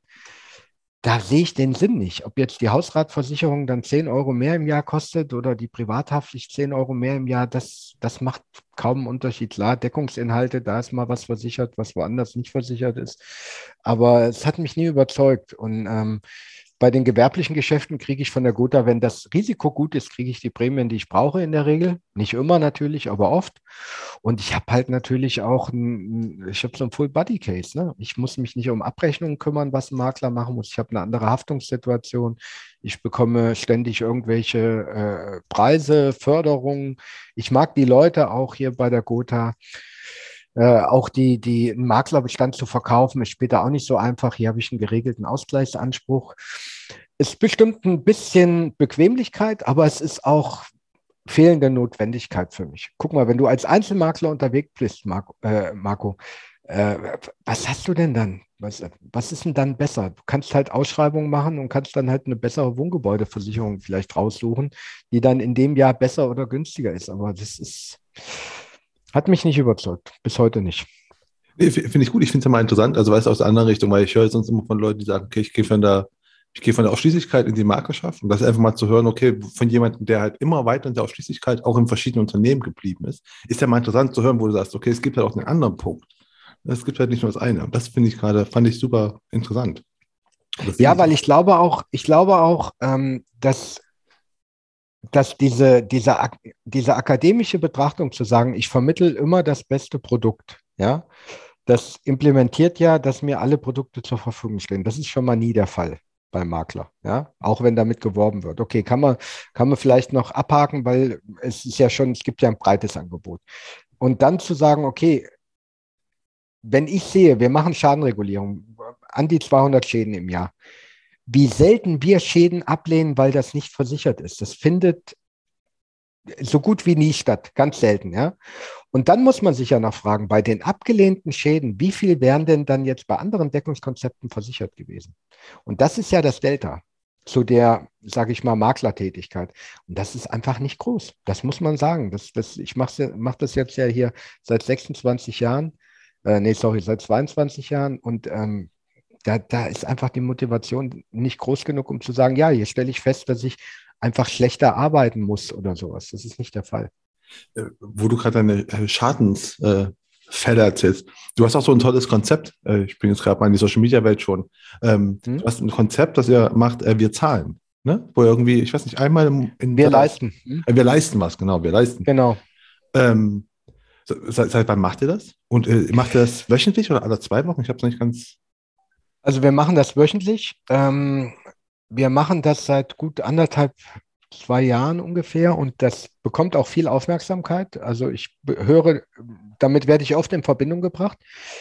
A: da sehe ich den Sinn nicht. Ob jetzt die Hausratversicherung dann zehn Euro mehr im Jahr kostet oder die Privathaftpflicht zehn Euro mehr im Jahr, das, das macht kaum einen Unterschied. Klar, Deckungsinhalte, da ist mal was versichert, was woanders nicht versichert ist. Aber es hat mich nie überzeugt. Und ähm, bei den gewerblichen Geschäften kriege ich von der Gotha, wenn das Risiko gut ist, kriege ich die Prämien, die ich brauche in der Regel. Nicht immer natürlich, aber oft. Und ich habe halt natürlich auch, ein, ich habe so ein Full-Body-Case. Ne? Ich muss mich nicht um Abrechnungen kümmern, was ein Makler machen muss. Ich habe eine andere Haftungssituation. Ich bekomme ständig irgendwelche äh, Preise, Förderungen. Ich mag die Leute auch hier bei der Gotha. Äh, auch die, die einen Maklerbestand zu verkaufen, ist später auch nicht so einfach. Hier habe ich einen geregelten Ausgleichsanspruch. Ist bestimmt ein bisschen Bequemlichkeit, aber es ist auch fehlende Notwendigkeit für mich. Guck mal, wenn du als Einzelmakler unterwegs bist, Marco, äh, Marco äh, was hast du denn dann? Was, was ist denn dann besser? Du kannst halt Ausschreibungen machen und kannst dann halt eine bessere Wohngebäudeversicherung vielleicht raussuchen, die dann in dem Jahr besser oder günstiger ist. Aber das ist, hat mich nicht überzeugt, bis heute nicht.
B: Nee, f- finde ich gut. Ich finde es ja mal interessant. Also weißt du, aus der anderen Richtung, weil ich höre sonst immer von Leuten, die sagen, okay, ich gehe von der, ich gehe von der Ausschließlichkeit in die Maklerschaft. Und das einfach mal zu hören, okay, von jemandem, der halt immer weiter in der Ausschließlichkeit auch in verschiedenen Unternehmen geblieben ist, ist ja mal interessant zu hören, wo du sagst, okay, es gibt halt auch einen anderen Punkt. Es gibt halt nicht nur das eine. Und das finde ich gerade, fand ich super interessant. Oder finde
A: Ja,
B: ich
A: weil
B: auch.
A: ich glaube auch, ich glaube auch, ähm, dass, dass diese, diese, ak- diese akademische Betrachtung zu sagen, ich vermittle immer das beste Produkt, ja, das implementiert ja, dass mir alle Produkte zur Verfügung stehen. Das ist schon mal nie der Fall beim Makler, ja, auch wenn damit geworben wird. Okay, kann man, kann man vielleicht noch abhaken, weil es ist ja schon, es gibt ja ein breites Angebot. Und dann zu sagen, okay, wenn ich sehe, wir machen Schadenregulierung, an die zweihundert Schäden im Jahr, wie selten wir Schäden ablehnen, weil das nicht versichert ist. Das findet so gut wie nie statt, ganz selten, ja. Und dann muss man sich ja noch fragen, bei den abgelehnten Schäden, wie viel wären denn dann jetzt bei anderen Deckungskonzepten versichert gewesen? Und das ist ja das Delta zu der, sage ich mal, Maklertätigkeit. Und das ist einfach nicht groß. Das muss man sagen. Das, das, ich mache mach das jetzt ja hier seit sechsundzwanzig Jahren. Äh, nee, sorry, seit zweiundzwanzig Jahren. Und ähm, da, da ist einfach die Motivation nicht groß genug, um zu sagen, ja, hier stelle ich fest, dass ich einfach schlechter arbeiten muss oder sowas. Das ist nicht der Fall.
B: Äh, wo du gerade deine äh, Schadensregulierung Fälle erzählst. Du hast auch so ein tolles Konzept. Äh, Ich bin jetzt gerade mal in die Social-Media-Welt schon. Ähm,
A: Hm?
B: Du hast ein Konzept, das ihr macht, äh, wir zahlen. Ne? Wo irgendwie, ich weiß nicht, einmal im, in
A: Wir
B: drei,
A: leisten. Hm?
B: äh, wir leisten was, genau, wir leisten.
A: Genau.
B: Ähm, so- seit, seit wann macht ihr das? Und äh, macht ihr das wöchentlich oder alle zwei Wochen? Ich habe es nicht ganz.
A: Also wir machen das wöchentlich. Ähm, wir machen das seit gut anderthalb, zwei Jahren ungefähr und das bekommt auch viel Aufmerksamkeit. Also ich be- höre, damit werde ich oft in Verbindung gebracht.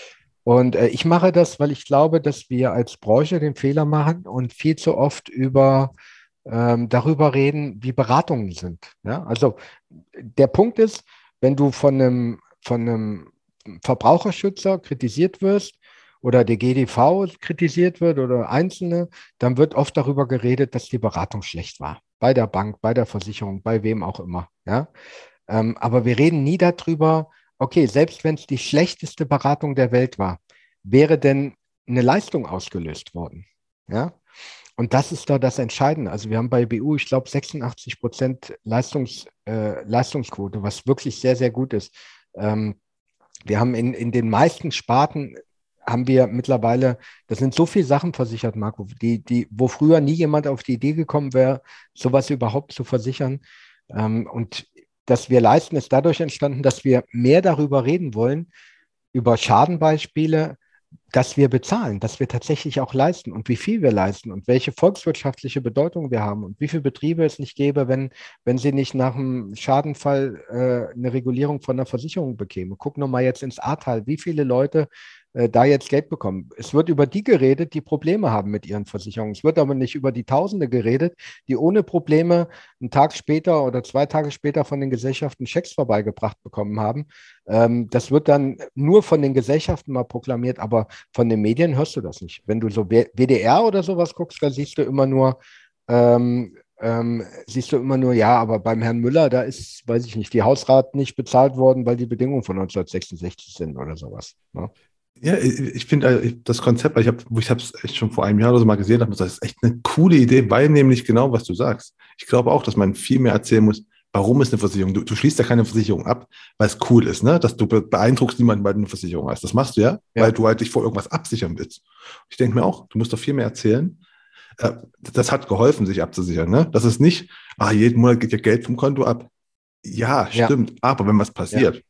A: Und äh, ich mache das, weil ich glaube, dass wir als Branche den Fehler machen und viel zu oft über ähm, darüber reden, wie Beratungen sind. Ja? Also der Punkt ist, wenn du von einem, von einem Verbraucherschützer kritisiert wirst oder der G D V kritisiert wird oder Einzelne, dann wird oft darüber geredet, dass die Beratung schlecht war. Bei der Bank, bei der Versicherung, bei wem auch immer. Ja? Ähm, aber wir reden nie darüber, okay, selbst wenn es die schlechteste Beratung der Welt war, wäre denn eine Leistung ausgelöst worden? Ja? Und das ist da das Entscheidende. Also wir haben bei B U, ich glaube, sechsundachtzig Prozent Leistungs, äh, Leistungsquote, was wirklich sehr, sehr gut ist. Ähm, wir haben in, in den meisten Sparten haben wir mittlerweile, das sind so viele Sachen versichert, Marco, die, die, wo früher nie jemand auf die Idee gekommen wäre, sowas überhaupt zu versichern. Ähm, und dass wir leisten, ist dadurch entstanden, dass wir mehr darüber reden wollen, über Schadenbeispiele, dass wir bezahlen, dass wir tatsächlich auch leisten und wie viel wir leisten und welche volkswirtschaftliche Bedeutung wir haben und wie viele Betriebe es nicht gäbe, wenn, wenn sie nicht nach einem Schadenfall äh, eine Regulierung von der Versicherung bekämen. Guck nur mal jetzt ins Ahrtal, wie viele Leute äh, da jetzt Geld bekommen. Es wird über die geredet, die Probleme haben mit ihren Versicherungen. Es wird aber nicht über die Tausende geredet, die ohne Probleme einen Tag später oder zwei Tage später von den Gesellschaften Schecks vorbeigebracht bekommen haben. Ähm, das wird dann nur von den Gesellschaften mal proklamiert, aber von den Medien hörst du das nicht. Wenn du so W D R oder sowas guckst, da siehst du immer nur, ähm, ähm, siehst du immer nur, ja, aber beim Herrn Müller, da ist, weiß ich nicht, die Hausrat nicht bezahlt worden, weil die Bedingungen von neunzehnhundertsechsundsechzig sind oder sowas. Ne?
B: Ja, ich, ich finde äh, das Konzept, ich habe ich habe es echt schon vor einem Jahr oder so mal gesehen, habe das ist echt eine coole Idee, weil nämlich genau, was du sagst. Ich glaube auch, dass man viel mehr erzählen muss, warum ist eine Versicherung. Du, du schließt ja keine Versicherung ab, weil es cool ist, ne? Dass du be- beeindruckst niemanden, weil du eine Versicherung hast. Das machst du ja,
A: Ja.
B: weil du halt dich vor irgendwas absichern willst. Ich denke mir auch, du musst doch viel mehr erzählen. Äh, Das hat geholfen, sich abzusichern, ne? Das ist nicht, ah, jeden Monat geht ja Geld vom Konto ab. Ja,
A: Ja,
B: stimmt. Aber wenn was
A: ja.
B: passiert,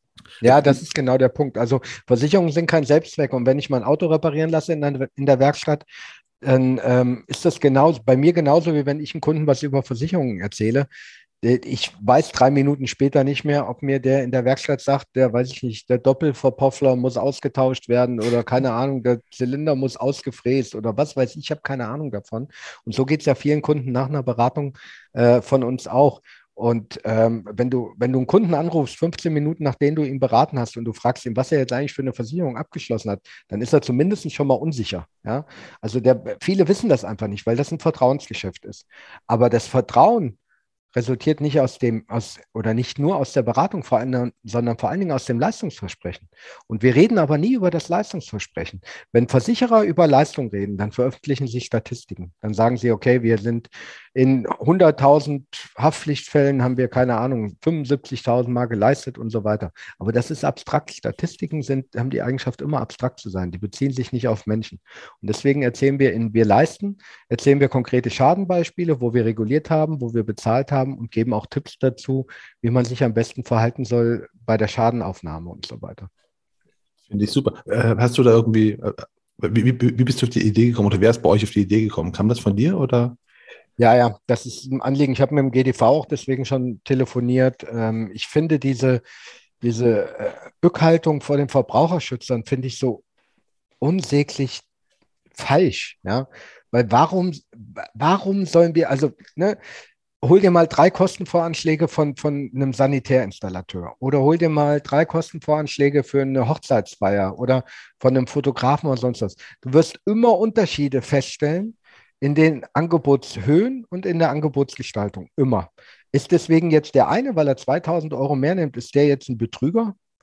A: Ja, das ist genau der Punkt. Also Versicherungen sind kein Selbstzweck. Und wenn ich mein Auto reparieren lasse in der, in der Werkstatt, dann ähm, ist das genauso, bei mir genauso, wie wenn ich einem Kunden was über Versicherungen erzähle. Äh, Ich weiß drei Minuten später nicht mehr, ob mir der in der Werkstatt sagt, der, weiß ich nicht, der Doppelverpoffler muss ausgetauscht werden oder keine Ahnung, der Zylinder muss ausgefräst oder was weiß ich, ich habe keine Ahnung davon. Und so geht es ja vielen Kunden nach einer Beratung äh, von uns auch. Und ähm, wenn du, wenn du einen Kunden anrufst, fünfzehn Minuten nachdem du ihn beraten hast und du fragst ihn, was er jetzt eigentlich für eine Versicherung abgeschlossen hat, dann ist er zumindest schon mal unsicher. Ja? Also der, viele wissen das einfach nicht, weil das ein Vertrauensgeschäft ist. Aber das Vertrauen resultiert nicht aus dem, aus, oder nicht nur aus der Beratung, vor allem, sondern vor allen Dingen aus dem Leistungsversprechen. Und wir reden aber nie über das Leistungsversprechen. Wenn Versicherer über Leistung reden, dann veröffentlichen sie Statistiken. Dann sagen sie, okay, wir sind in hunderttausend Haftpflichtfällen haben wir, keine Ahnung, fünfundsiebzigtausend Mal geleistet und so weiter. Aber das ist abstrakt. Statistiken sind, haben die Eigenschaft, immer abstrakt zu sein. Die beziehen sich nicht auf Menschen. Und deswegen erzählen wir in Wir leisten, erzählen wir konkrete Schadenbeispiele, wo wir reguliert haben, wo wir bezahlt haben und geben auch Tipps dazu, wie man sich am besten verhalten soll bei der Schadenaufnahme und so weiter.
B: finde ich super. Äh, hast du da irgendwie, äh, wie, wie, wie bist du auf die Idee gekommen oder wer ist bei euch auf die Idee gekommen? Kam das von dir oder?
A: Ja, ja, das ist ein Anliegen. Ich habe mit dem G D V auch deswegen schon telefoniert. Ähm, ich finde diese, diese äh, Rückhaltung vor den Verbraucherschützern finde ich so unsäglich falsch, ja, weil warum, warum sollen wir, also, ne, hol dir mal drei Kostenvoranschläge von, von einem Sanitärinstallateur oder hol dir mal drei Kostenvoranschläge für eine Hochzeitsfeier oder von einem Fotografen oder sonst was. Du wirst immer Unterschiede feststellen in den Angebotshöhen und in der Angebotsgestaltung. Immer. Ist deswegen jetzt der eine, weil er zweitausend Euro mehr nimmt, ist der jetzt ein Betrüger?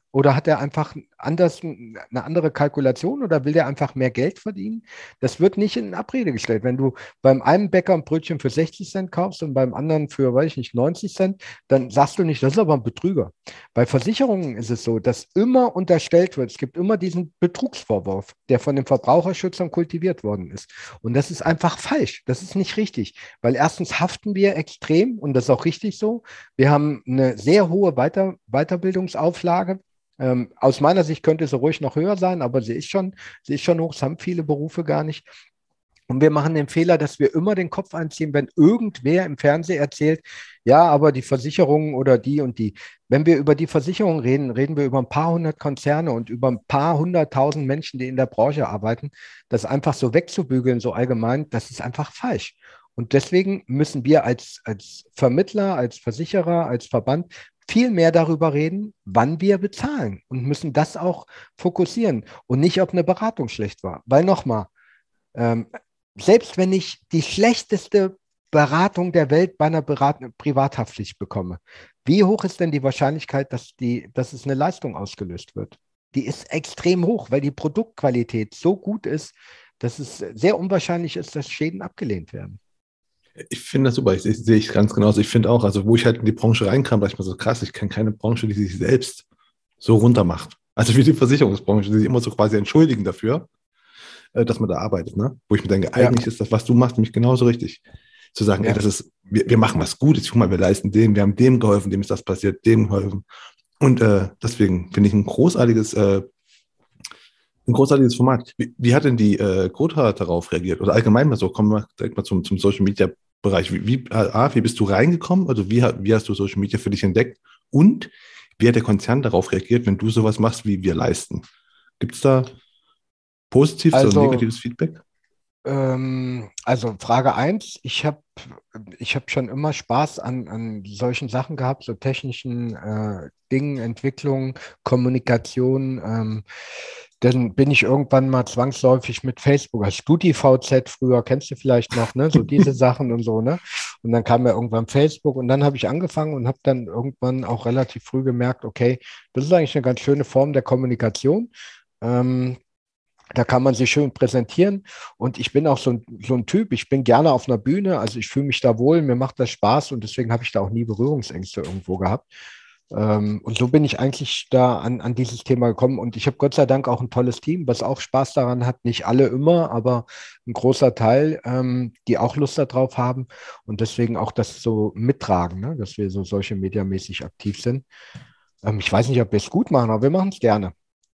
A: Oder hat er einfach anders, eine andere Kalkulation oder will der einfach mehr Geld verdienen? Das wird nicht in Abrede gestellt. Wenn du beim einen Bäcker ein Brötchen für sechzig Cent kaufst und beim anderen für, weiß ich nicht, neunzig Cent, dann sagst du nicht, das ist aber ein Betrüger. Bei Versicherungen ist es so, dass immer unterstellt wird, es gibt immer diesen Betrugsvorwurf, der von den Verbraucherschützern kultiviert worden ist. Und das ist einfach falsch. Das ist nicht richtig, weil erstens haften wir extrem und das ist auch richtig so. Wir haben eine sehr hohe Weiter Weiterbildungsauflage. Ähm, aus meiner Sicht könnte sie ruhig noch höher sein, aber sie ist schon, sie ist schon hoch. Das haben viele Berufe gar nicht. Und wir machen den Fehler, dass wir immer den Kopf einziehen, wenn irgendwer im Fernsehen erzählt, ja, aber die Versicherungen oder die und die. Wenn wir über die Versicherung reden, reden wir über ein paar hundert Konzerne und über ein paar hunderttausend Menschen, die in der Branche arbeiten. Das einfach so wegzubügeln, so allgemein, das ist einfach falsch. Und deswegen müssen wir als, als Vermittler, als Versicherer, als Verband viel mehr darüber reden, wann wir bezahlen und müssen das auch fokussieren und nicht, ob eine Beratung schlecht war. Weil nochmal, ähm, selbst wenn ich die schlechteste Beratung der Welt bei einer Berat Privathaftpflicht bekomme, wie hoch ist denn die Wahrscheinlichkeit, dass, die, dass es eine Leistung ausgelöst wird? Die ist extrem hoch, weil die Produktqualität so gut ist, dass es sehr unwahrscheinlich ist, dass Schäden abgelehnt werden.
B: Ich finde das super, ich, ich sehe ich ganz genauso. Ich finde auch, also wo ich halt in die Branche reinkam, dachte ich mir so krass, ich kenne keine Branche, die sich selbst so runter macht. Also wie die Versicherungsbranche, die sich immer so quasi entschuldigen dafür, dass man da arbeitet, ne? Wo ich mir denke, eigentlich ja. ist das, was du machst, nämlich genauso richtig. Zu sagen, ja. ey, das ist, wir, wir machen was Gutes, guck mal, wir leisten dem, wir haben dem geholfen, dem ist das passiert, dem geholfen. Und äh, deswegen finde ich ein großartiges, äh, ein großartiges Format. Wie, wie hat denn die äh, Gotha darauf reagiert? Oder allgemein mal so, kommen wir direkt mal zum, zum Social Media Bereich. Wie, wie, A, wie bist du reingekommen? Also wie, wie hast du Social Media für dich entdeckt? Und wie hat der Konzern darauf reagiert, wenn du sowas machst, wie wir leisten? Gibt es da positives
A: also,
B: oder negatives Feedback?
A: Ähm, also Frage eins, ich habe ich hab schon immer Spaß an, an solchen Sachen gehabt, so technischen äh, Dingen, Entwicklung, Kommunikation. Ähm, dann bin ich irgendwann mal zwangsläufig mit Facebook, als StudiVZ früher, kennst du vielleicht noch, ne? So diese Sachen und so, ne? Und dann kam ja irgendwann Facebook und dann habe ich angefangen und habe dann irgendwann auch relativ früh gemerkt, okay, das ist eigentlich eine ganz schöne Form der Kommunikation. Ähm, Da kann man sich schön präsentieren und ich bin auch so ein, so ein Typ, ich bin gerne auf einer Bühne, also ich fühle mich da wohl, mir macht das Spaß und deswegen habe ich da auch nie Berührungsängste irgendwo gehabt. Ähm, und so bin ich eigentlich da an, an dieses Thema gekommen und ich habe Gott sei Dank auch ein tolles Team, was auch Spaß daran hat, nicht alle immer, aber ein großer Teil, ähm, die auch Lust darauf haben und deswegen auch das so mittragen, ne? Dass wir so solche mediamäßig aktiv sind. Ähm, ich weiß nicht, ob wir es gut machen, aber wir machen es gerne.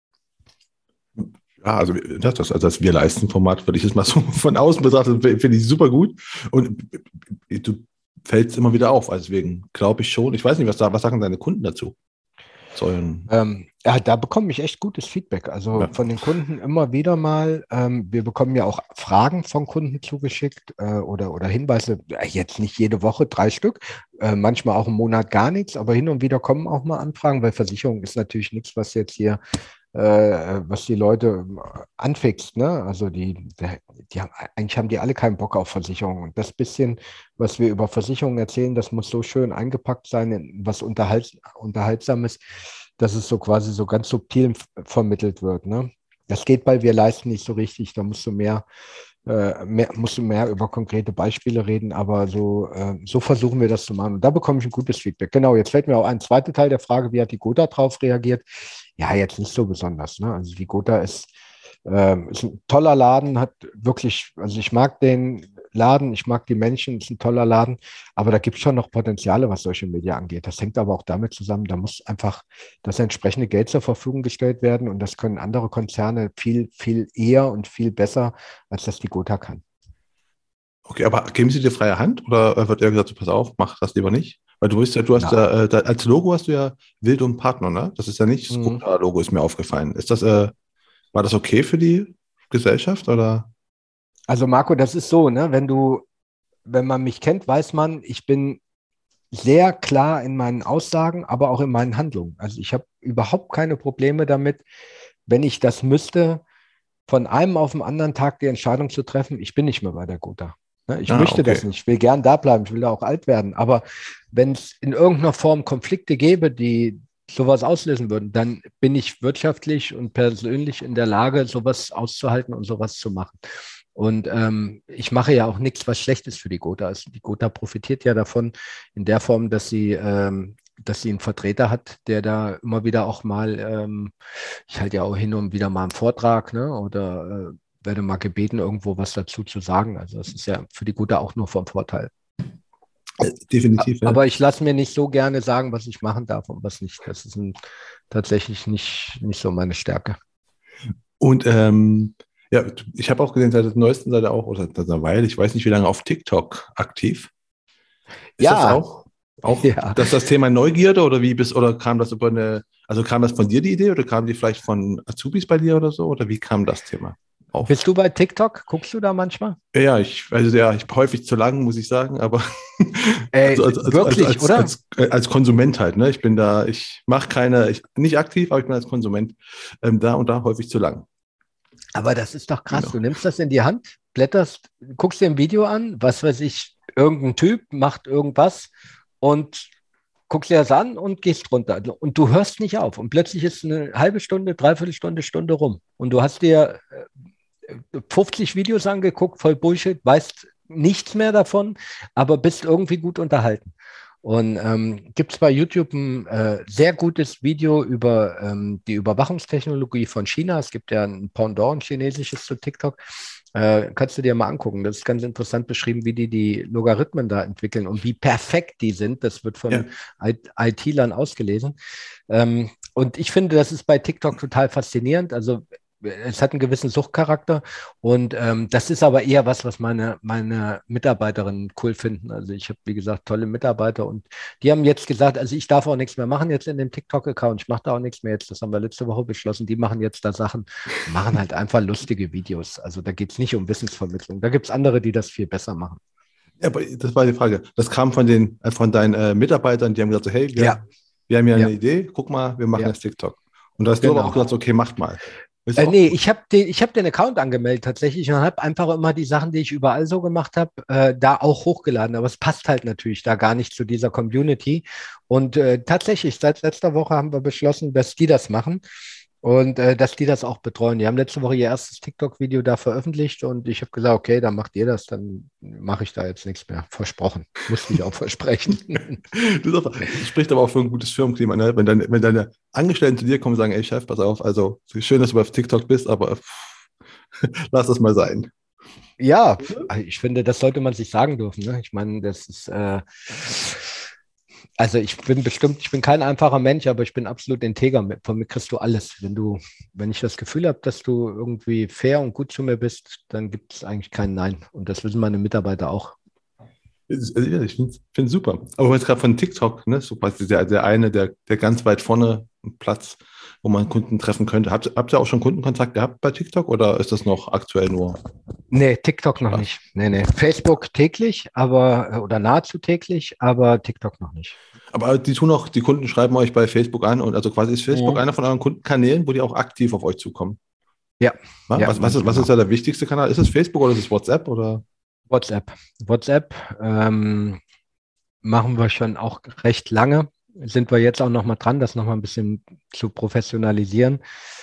B: Ja, also das, das, also das Wir-Leisten-Format, würde ich jetzt mal so von außen betrachtet, finde ich super gut. Und du fällst immer wieder auf. Also deswegen glaube ich schon. Ich weiß nicht, was, da, was sagen deine Kunden dazu?
A: Ähm, ja, da bekomme ich echt gutes Feedback. Also
B: ja.
A: von den Kunden immer wieder mal. Ähm, wir bekommen ja auch Fragen von Kunden zugeschickt äh, oder, oder Hinweise. Jetzt nicht jede Woche, drei Stück. Äh, manchmal auch im Monat gar nichts. Aber hin und wieder kommen auch mal Anfragen, weil Versicherung ist natürlich nichts, was jetzt hier äh, was die Leute anfixt, ne? Also die, die haben, eigentlich haben die alle keinen Bock auf Versicherungen. Und das bisschen, was wir über Versicherungen erzählen, das muss so schön eingepackt sein in was Unterhalt, Unterhaltsames, dass es so quasi so ganz subtil vermittelt wird, ne? Das geht bei Wir leisten nicht so richtig, da musst du mehr, äh, mehr, musst du mehr über konkrete Beispiele reden, aber so, äh, so versuchen wir das zu machen. Und da bekomme ich ein gutes Feedback. Genau, jetzt fällt mir auch ein zweiter Teil der Frage, wie hat die Gotha darauf reagiert? Ja, jetzt nicht so besonders, ne? Also die Gotha ist, äh, ist ein toller Laden, hat wirklich, also ich mag den Laden, ich mag die Menschen, ist ein toller Laden, aber da gibt es schon noch Potenziale, was Social Media angeht. Das hängt aber auch damit zusammen, da muss einfach das entsprechende Geld zur Verfügung gestellt werden und das können andere Konzerne viel, viel eher und viel besser, als das die Gotha kann.
B: Okay, aber geben Sie dir freie Hand oder wird er gesagt, so, pass auf, mach das lieber nicht? Weil du bist ja, du hast ja, äh, als Logo hast du ja Wild und Partner, ne? Das ist ja nicht das
A: Mhm.
B: Gotha-Logo, ist mir aufgefallen. Ist das, äh, war das okay für die Gesellschaft oder?
A: Also Marco, das ist so, ne? Wenn du, wenn man mich kennt, weiß man, ich bin sehr klar in meinen Aussagen, aber auch in meinen Handlungen. Also ich habe überhaupt keine Probleme damit, wenn ich das müsste, von einem auf den anderen Tag die Entscheidung zu treffen, ich bin nicht mehr bei der Gotha. Ich
B: Ah,
A: möchte
B: okay.
A: das nicht. Ich will gern da bleiben. Ich will da auch alt werden. Aber wenn es in irgendeiner Form Konflikte gäbe, die, sowas auslösen würden, dann bin ich wirtschaftlich und persönlich in der Lage, sowas auszuhalten und sowas zu machen. Und ähm, ich mache ja auch nichts, was schlecht ist für die Gotha. Also die Gotha profitiert ja davon in der Form, dass sie, ähm, dass sie einen Vertreter hat, der da immer wieder auch mal, ähm, ich halte ja auch hin und wieder mal einen Vortrag, ne, oder äh, werde mal gebeten, irgendwo was dazu zu sagen. Also das ist ja für die Gotha auch nur vom Vorteil.
B: Äh, definitiv, ja.
A: Aber ich lasse mir nicht so gerne sagen, was ich machen darf und was nicht. Das ist ein, tatsächlich nicht, nicht so meine Stärke.
B: Und ähm, ja, ich habe auch gesehen, seit der neuesten Seite auch, oder seit einer Weile, ich weiß nicht, wie lange auf TikTok aktiv. Ist
A: ja.
B: das auch, auch
A: ja.
B: das, das Thema Neugierde oder wie bist, oder kam das über eine, also kam das von dir die Idee oder kam die vielleicht von Azubis bei dir oder so? Oder wie kam das Thema auf?
A: Bist du bei TikTok? Guckst du da manchmal?
B: Ja, ja, ich, also ja, ich häufig zu lang, muss ich sagen, aber
A: Ey,
B: also als, als,
A: wirklich,
B: als, als,
A: oder?
B: Als, als, als Konsument halt, ne? Ich bin da, ich mache keine, ich nicht aktiv, aber ich bin als Konsument ähm, da und da häufig zu lang.
A: Aber das ist doch krass.
B: Genau.
A: Du nimmst das in die Hand, blätterst, guckst dir ein Video an, was weiß ich, irgendein Typ macht irgendwas und guckst dir das an und gehst runter. Und du hörst nicht auf. Und plötzlich ist eine halbe Stunde, dreiviertel Stunde, Stunde rum. Und du hast dir fünfzig Videos angeguckt, voll Bullshit, weißt nichts mehr davon, aber bist irgendwie gut unterhalten. Und ähm, gibt es bei YouTube ein äh, sehr gutes Video über ähm, die Überwachungstechnologie von China. Es gibt ja ein Pendant, ein chinesisches zu TikTok. Äh, kannst du dir mal angucken. Das ist ganz interessant beschrieben, wie die die Logarithmen da entwickeln und wie perfekt die sind. Das wird von ja. I T-Lern ausgelesen. Ähm, und ich finde, das ist bei TikTok total faszinierend. Also es hat einen gewissen Suchtcharakter und ähm, das ist aber eher was, was meine, meine Mitarbeiterinnen cool finden. Also ich habe, wie gesagt, tolle Mitarbeiter und die haben jetzt gesagt, also ich darf auch nichts mehr machen jetzt in dem TikTok-Account. Ich mache da auch nichts mehr jetzt. Das haben wir letzte Woche beschlossen. Die machen jetzt da Sachen, machen halt einfach lustige Videos. Also da geht es nicht um Wissensvermittlung. Da gibt es andere, die das viel besser machen.
B: Ja, aber das war die Frage. Das kam von den, von deinen äh, Mitarbeitern, die haben gesagt, so, hey, wir,
A: ja.
B: wir haben ja eine
A: ja.
B: Idee, guck mal, wir machen
A: ja.
B: jetzt TikTok. Und da hast
A: genau.
B: du aber auch gesagt, okay, macht mal.
A: Äh, nee, ich habe den, hab den Account angemeldet tatsächlich und habe einfach immer die Sachen, die ich überall so gemacht habe, äh, da auch hochgeladen. Aber es passt halt natürlich da gar nicht zu dieser Community. Und äh, tatsächlich, seit letzter Woche haben wir beschlossen, dass die das machen und äh, dass die das auch betreuen. Die haben letzte Woche ihr erstes TikTok-Video da veröffentlicht und ich habe gesagt, okay, dann macht ihr das, dann mache ich da jetzt nichts mehr. Versprochen. Musste ich auch versprechen.
B: Das spricht aber auch für ein gutes Firmenklima, ne? Wenn, deine, wenn deine Angestellten zu dir kommen und sagen, ey Chef, pass auf, also schön, dass du bei TikTok bist, aber pff, lass das mal sein.
A: Ja, ich finde, das sollte man sich sagen dürfen. Ne? Ich meine, das ist... Äh, Also ich bin bestimmt, ich bin kein einfacher Mensch, aber ich bin absolut integer. Von mir kriegst du alles. Wenn du, wenn ich das Gefühl habe, dass du irgendwie fair und gut zu mir bist, dann gibt es eigentlich kein Nein. Und das wissen meine Mitarbeiter auch.
B: Also, ja, ich finde es super. Aber jetzt gerade von TikTok, ne, so quasi der, der eine, der, der ganz weit vorne Platz, wo man Kunden treffen könnte. Habt, habt ihr auch schon Kundenkontakt gehabt bei TikTok oder ist das noch aktuell nur?
A: Nee, TikTok noch nicht. Nee, nee. Facebook täglich, aber oder nahezu täglich, aber TikTok noch nicht.
B: Aber die tun auch, die Kunden schreiben euch bei Facebook an und also quasi ist Facebook mhm. einer von euren Kundenkanälen, wo die auch aktiv auf euch zukommen.
A: Ja.
B: Was,
A: ja
B: was, was, ist, was ist da der wichtigste Kanal? Ist es Facebook oder ist es WhatsApp oder?
A: WhatsApp. WhatsApp ähm, machen wir schon auch recht lange. Sind wir jetzt auch noch mal dran, das noch mal ein bisschen zu professionalisieren.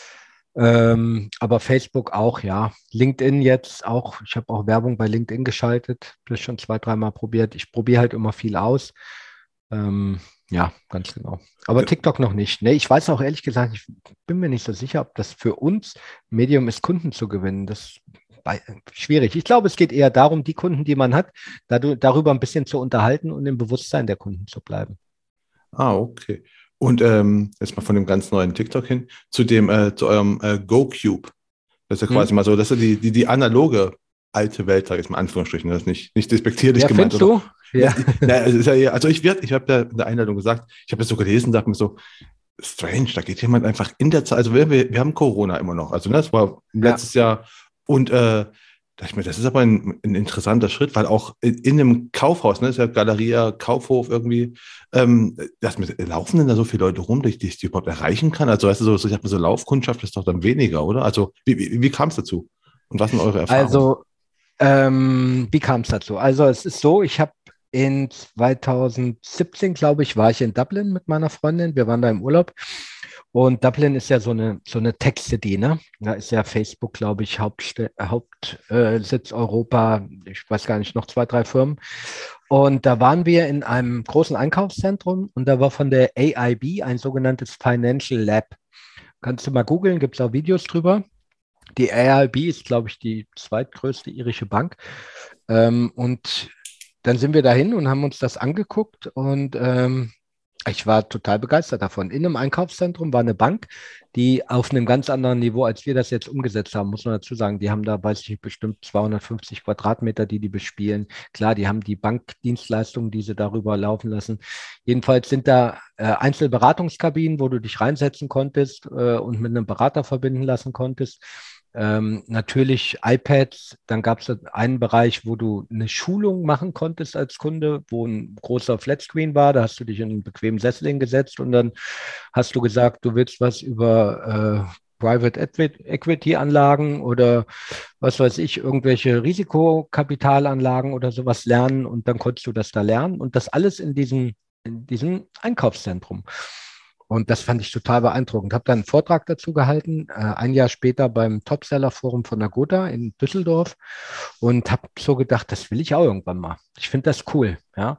A: Ähm, aber Facebook auch, ja. LinkedIn jetzt auch. Ich habe auch Werbung bei LinkedIn geschaltet. Das schon zwei, dreimal probiert. Ich probiere halt immer viel aus. Ähm, ja, ganz genau. Aber ja. TikTok noch nicht. Nee, ich weiß auch ehrlich gesagt, ich bin mir nicht so sicher, ob das für uns Medium ist, Kunden zu gewinnen. Das schwierig. Ich glaube, es geht eher darum, die Kunden, die man hat, darüber ein bisschen zu unterhalten und im Bewusstsein der Kunden zu bleiben.
B: Ah, okay. Und ähm, jetzt mal von dem ganz neuen TikTok hin zu dem, äh, zu eurem äh, GoCube. Das ist ja quasi hm. mal so, das ist ja die, die, die analoge alte Welt, sage ich mal Anführungsstrichen, das ist nicht, nicht despektierlich
A: ja,
B: gemeint.
A: Findest du?
B: Ja. Ja, es ist ja, also ich werde, ich habe ja in der Einladung gesagt, ich habe das so gelesen, dachte mir so, strange, da geht jemand einfach in der Zeit, also wir, wir haben Corona immer noch, also ne, das war letztes ja. Jahr und äh, dachte ich mir, das ist aber ein, ein interessanter Schritt, weil auch in, in einem Kaufhaus, ne, das ist ja Galeria, Kaufhof irgendwie, ähm, dass mir, laufen denn da so viele Leute rum, dass ich die überhaupt erreichen kann? Also weißt du, so, ich habe mir so Laufkundschaft ist doch dann weniger, oder? Also wie, wie, wie kam es dazu? Und was sind eure Erfahrungen?
A: Also ähm, wie kam es dazu? Also es ist so, ich habe in zweitausendsiebzehn, glaube ich, war ich in Dublin mit meiner Freundin. Wir waren da im Urlaub. Und Dublin ist ja so eine, so eine Tech-City, ne? Da ist ja Facebook, glaube ich, Hauptste Hauptsitz äh, Europa. Ich weiß gar nicht, noch zwei, drei Firmen. Und da waren wir in einem großen Einkaufszentrum und da war von der A I B ein sogenanntes Financial Lab. Kannst du mal googeln, gibt es auch Videos drüber. Die A I B ist, glaube ich, die zweitgrößte irische Bank. Ähm, und dann sind wir dahin und haben uns das angeguckt und ähm, ich war total begeistert davon. In einem Einkaufszentrum war eine Bank, die auf einem ganz anderen Niveau, als wir das jetzt umgesetzt haben, muss man dazu sagen, die haben da, weiß ich nicht, bestimmt zweihundertfünfzig Quadratmeter, die die bespielen. Klar, die haben die Bankdienstleistungen, die sie darüber laufen lassen. Jedenfalls sind da äh, Einzelberatungskabinen, wo du dich reinsetzen konntest äh, und mit einem Berater verbinden lassen konntest. Ähm, natürlich iPads, dann gab es einen Bereich, wo du eine Schulung machen konntest als Kunde, wo ein großer Flatscreen war, da hast du dich in einen bequemen Sessel hingesetzt und dann hast du gesagt, du willst was über äh, Private Equity Anlagen oder was weiß ich, irgendwelche Risikokapitalanlagen oder sowas lernen und dann konntest du das da lernen und das alles in diesem, in diesem Einkaufszentrum. Und das fand ich total beeindruckend. Habe dann einen Vortrag dazu gehalten, äh, ein Jahr später beim Topseller-Forum von der Gotha in Düsseldorf und habe so gedacht, das will ich auch irgendwann mal. Ich finde das cool, ja.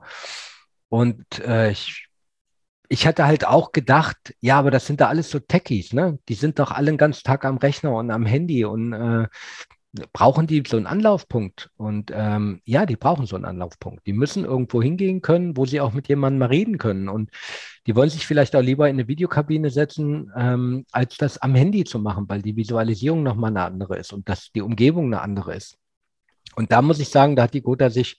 A: Und äh, ich, ich hatte halt auch gedacht, ja, aber das sind da alles so Techies, ne? Die sind doch alle den ganzen Tag am Rechner und am Handy und äh, brauchen die so einen Anlaufpunkt? Und ähm, ja, die brauchen so einen Anlaufpunkt. Die müssen irgendwo hingehen können, wo sie auch mit jemandem mal reden können. Und die wollen sich vielleicht auch lieber in eine Videokabine setzen, ähm, als das am Handy zu machen, weil die Visualisierung nochmal eine andere ist und dass die Umgebung eine andere ist. Und da muss ich sagen, da hat die Gotha sich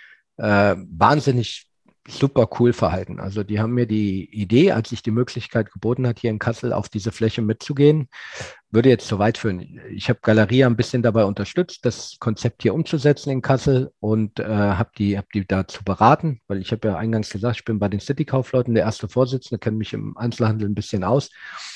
A: äh, wahnsinnig super cool verhalten. Also die haben mir die Idee, als sich die Möglichkeit geboten hat, hier in Kassel auf diese Fläche mitzugehen, würde jetzt zu weit führen. Ich habe Galeria ein bisschen dabei unterstützt, das Konzept hier umzusetzen in Kassel und äh, habe die, hab die dazu beraten, weil ich habe ja eingangs gesagt, ich bin bei den City-Kaufleuten der erste Vorsitzende, kenne mich im Einzelhandel ein bisschen aus.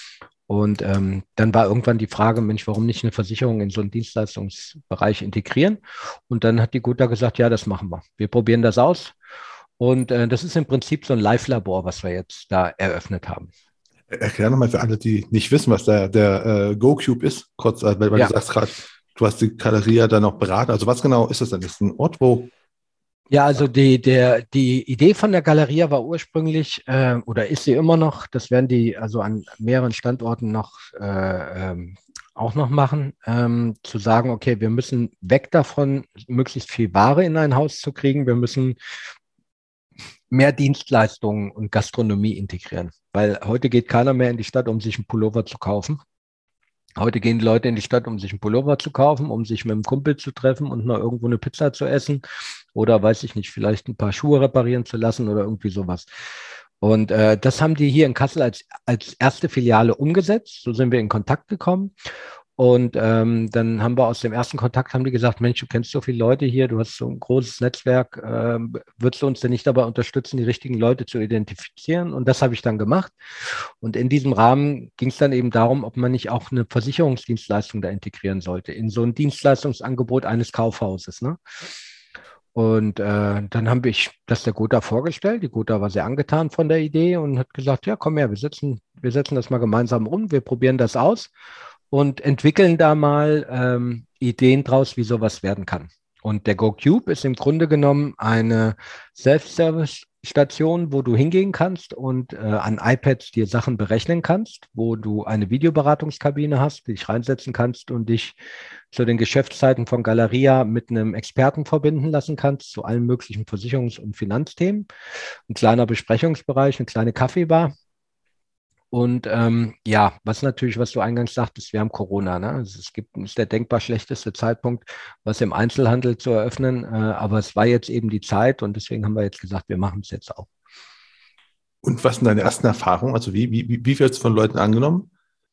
A: Und ähm, dann war irgendwann die Frage, Mensch, warum nicht eine Versicherung in so einen Dienstleistungsbereich integrieren? Und dann hat die Gotha gesagt, ja, das machen wir. Wir probieren das aus. Und äh, das ist im Prinzip so ein Live-Labor, was wir jetzt da eröffnet haben.
B: Erklär nochmal für alle, die nicht wissen, was der, der äh, GoCube ist, kurz, äh, weil, weil ja. Du sagst gerade, du hast die Galeria dann noch beraten. Also was genau ist das denn? Ist das ein Ort, wo...
A: Ja, also die, der, die Idee von der Galeria war ursprünglich, äh, oder ist sie immer noch, das werden die also an mehreren Standorten noch äh, ähm, auch noch machen, ähm, zu sagen, okay, wir müssen weg davon, möglichst viel Ware in ein Haus zu kriegen. Wir müssen mehr Dienstleistungen und Gastronomie integrieren. Weil heute geht keiner mehr in die Stadt, um sich einen Pullover zu kaufen. Heute gehen die Leute in die Stadt, um sich einen Pullover zu kaufen, um sich mit einem Kumpel zu treffen und mal irgendwo eine Pizza zu essen oder weiß ich nicht, vielleicht ein paar Schuhe reparieren zu lassen oder irgendwie sowas. Und äh, das haben die hier in Kassel als, als erste Filiale umgesetzt. So sind wir in Kontakt gekommen. Und ähm, dann haben wir aus dem ersten Kontakt, haben die gesagt, Mensch, du kennst so viele Leute hier, du hast so ein großes Netzwerk, äh, würdest du uns denn nicht dabei unterstützen, die richtigen Leute zu identifizieren? Und das habe ich dann gemacht. Und in diesem Rahmen ging es dann eben darum, ob man nicht auch eine Versicherungsdienstleistung da integrieren sollte, in so ein Dienstleistungsangebot eines Kaufhauses, ne? Und äh, dann habe ich das der Gotha vorgestellt. Die Gotha war sehr angetan von der Idee und hat gesagt, ja, komm her, wir setzen, wir setzen das mal gemeinsam um, wir probieren das aus und entwickeln da mal ähm, Ideen draus, wie sowas werden kann. Und der GoCube ist im Grunde genommen eine Self-Service-Station, wo du hingehen kannst und äh, an iPads dir Sachen berechnen kannst, wo du eine Videoberatungskabine hast, die dich reinsetzen kannst und dich zu den Geschäftszeiten von Galeria mit einem Experten verbinden lassen kannst, zu allen möglichen Versicherungs- und Finanzthemen. Ein kleiner Besprechungsbereich, eine kleine Kaffeebar. Und ähm, ja, was natürlich, was du eingangs sagtest, wir haben Corona, ne? Also es gibt, ist der denkbar schlechteste Zeitpunkt, was im Einzelhandel zu eröffnen. Äh, aber es war jetzt eben die Zeit und deswegen haben wir jetzt gesagt, wir machen es jetzt auch.
B: Und was sind deine ersten Erfahrungen? Also wie, wie, wie wird es von Leuten angenommen?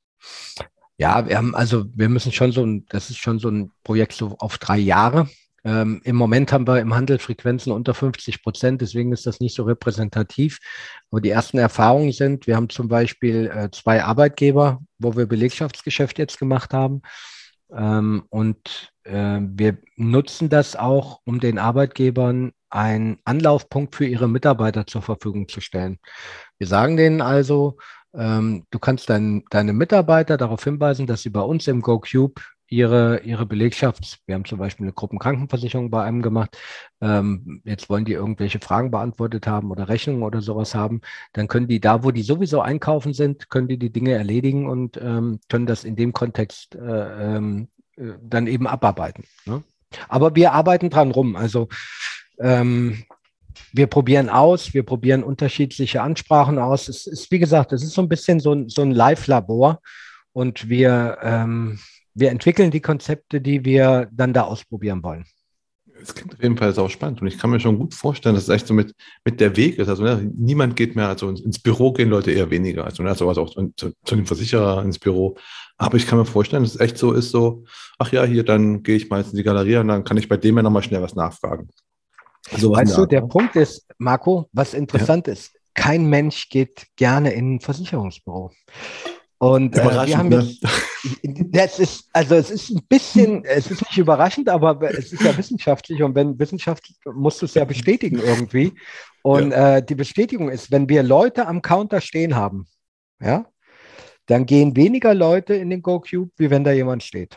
A: Ja, wir haben, also wir müssen schon so ein, das ist schon so ein Projekt so auf drei Jahre. Ähm, im Moment haben wir im Handel Frequenzen unter fünfzig Prozent, deswegen ist das nicht so repräsentativ. Aber die ersten Erfahrungen sind, wir haben zum Beispiel äh, zwei Arbeitgeber, wo wir Belegschaftsgeschäft jetzt gemacht haben. Ähm, und äh, wir nutzen das auch, um den Arbeitgebern einen Anlaufpunkt für ihre Mitarbeiter zur Verfügung zu stellen. Wir sagen denen also, ähm, du kannst dein, deine Mitarbeiter darauf hinweisen, dass sie bei uns im GoCube ihre, ihre Belegschaft, wir haben zum Beispiel eine Gruppenkrankenversicherung bei einem gemacht, ähm, jetzt wollen die irgendwelche Fragen beantwortet haben oder Rechnungen oder sowas haben, dann können die da, wo die sowieso einkaufen sind, können die die Dinge erledigen und ähm, können das in dem Kontext äh, ähm, äh, dann eben abarbeiten. Ne? Aber wir arbeiten dran rum. Also ähm, wir probieren aus, wir probieren unterschiedliche Ansprachen aus. Es ist, wie gesagt, es ist so ein bisschen so ein, so ein Live-Labor und wir, ähm, wir entwickeln die Konzepte, die wir dann da ausprobieren wollen.
B: Es klingt auf jeden Fall sau spannend und ich kann mir schon gut vorstellen, dass es echt so mit, mit der Weg ist. Also ne, niemand geht mehr, also ins, ins Büro gehen Leute eher weniger, also, ne, also auch zu, zu dem Versicherer ins Büro. Aber ich kann mir vorstellen, dass es echt so ist, so, ach ja, hier, dann gehe ich mal jetzt in die Galerie und dann kann ich bei dem ja nochmal schnell was nachfragen.
A: So weißt du, Art, der ne? Punkt ist, Marco, was interessant ja. ist, kein Mensch geht gerne in ein Versicherungsbüro. Und äh, wir haben jetzt, ne? das ist, also es ist ein bisschen, es ist nicht überraschend, aber es ist ja wissenschaftlich und wenn Wissenschaft musst du es ja bestätigen irgendwie. Und ja. äh, die Bestätigung ist, wenn wir Leute am Counter stehen haben, ja, dann gehen weniger Leute in den GoCube, wie wenn da jemand steht.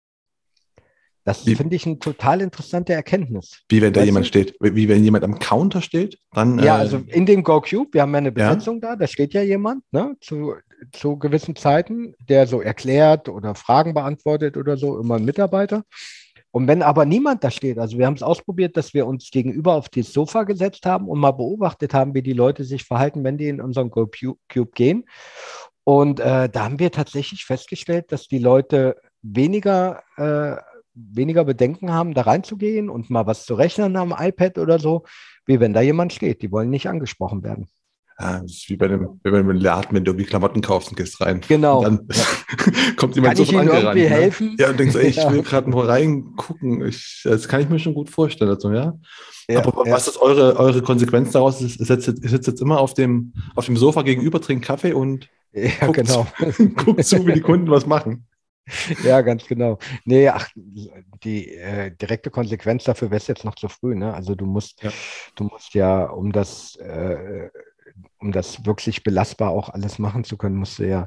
A: Das finde ich eine total interessante Erkenntnis.
B: Wie wenn da weißt jemand du? steht, wie wenn jemand am Counter steht, dann.
A: Ja,
B: äh,
A: also in dem GoCube, wir haben ja eine Besetzung ja? da, da steht ja jemand, ne, zu, zu gewissen Zeiten, der so erklärt oder Fragen beantwortet oder so, immer ein Mitarbeiter. Und wenn aber niemand da steht, also wir haben es ausprobiert, dass wir uns gegenüber auf das Sofa gesetzt haben und mal beobachtet haben, wie die Leute sich verhalten, wenn die in unseren GoCube gehen. Und äh, da haben wir tatsächlich festgestellt, dass die Leute weniger äh, weniger Bedenken haben, da reinzugehen und mal was zu rechnen am iPad oder so, wie wenn da jemand steht. Die wollen nicht angesprochen werden.
B: Ah, das ist wie bei einem, wenn man im Laden, wenn du irgendwie Klamotten kaufst und gehst rein.
A: Genau.
B: Und dann
A: ja.
B: kommt jemand
A: kann so von angerannt. Kann ich Ihnen irgendwie
B: ne?
A: helfen?
B: Ja, und denkst, ey, ich ja. will gerade mal reingucken. Ich, das kann ich mir schon gut vorstellen. Also, ja. ja Aber ja. was ist eure, eure Konsequenz daraus? Ich sitze jetzt, jetzt immer auf dem, auf dem Sofa gegenüber, trinke Kaffee und
A: ja,
B: guck,
A: genau.
B: zu, guck zu, wie die Kunden was machen.
A: Ja, ganz genau. Nee, ach, die äh, direkte Konsequenz dafür wäre es jetzt noch zu früh, ne? Also du musst, ja. du musst ja, um das, äh, um das wirklich belastbar auch alles machen zu können, musst du ja,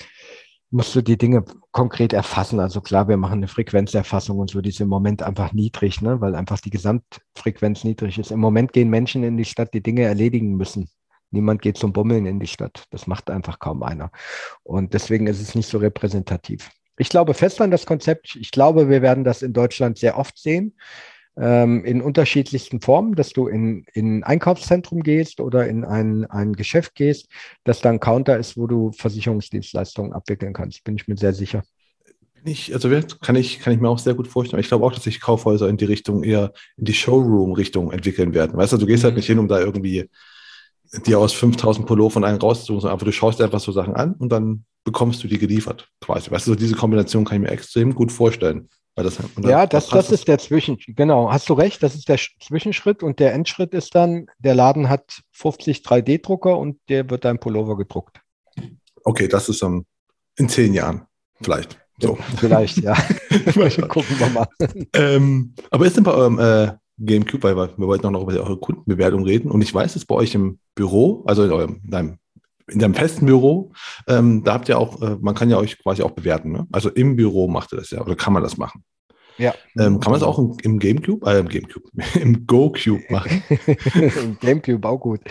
A: musst du die Dinge konkret erfassen. Also klar, wir machen eine Frequenzerfassung und so, die ist im Moment einfach niedrig, ne? Weil einfach die Gesamtfrequenz niedrig ist. Im Moment gehen Menschen in die Stadt, die Dinge erledigen müssen. Niemand geht zum Bummeln in die Stadt. Das macht einfach kaum einer. Und deswegen ist es nicht so repräsentativ. Ich glaube fest an das Konzept. Ich glaube, wir werden das in Deutschland sehr oft sehen, ähm, in unterschiedlichsten Formen, dass du in, in ein Einkaufszentrum gehst oder in ein, ein Geschäft gehst, dass da ein Counter ist, wo du Versicherungsdienstleistungen abwickeln kannst. Bin ich mir sehr sicher.
B: Ich, also kann ich, kann ich mir auch sehr gut vorstellen. Ich glaube auch, dass sich Kaufhäuser in die Richtung eher in die Showroom-Richtung entwickeln werden. Weißt du, du gehst mhm. halt nicht hin, um da irgendwie dir aus fünftausend Pullovern einen rauszusuchen, sondern einfach du schaust dir einfach so Sachen an und dann bekommst du die geliefert, quasi. Weißt du, so diese Kombination kann ich mir extrem gut vorstellen. Weil das,
A: ja, das, das ist der Zwischenschritt. Genau, hast du recht, das ist der Zwischenschritt und der Endschritt ist dann, der Laden hat fünfzig drei D Drucker und der wird dein Pullover gedruckt.
B: Okay, das ist um, in zehn Jahren vielleicht. So.
A: Ja, vielleicht, ja. Gucken wir mal.
B: Ähm, aber ist denn bei eurem äh, GameCube, weil wir, wir wollten auch noch über eure Kundenbewertung reden und ich weiß, dass bei euch im Büro, also in eurem, in deinem in deinem festen Büro, ähm, da habt ihr auch, äh, man kann ja euch quasi auch bewerten, ne? Also im Büro macht ihr das ja, oder kann man das machen?
A: Ja.
B: Ähm, kann man das auch im, im GameCube, äh, im GameCube, im GoCube machen?
A: Im GameCube auch gut.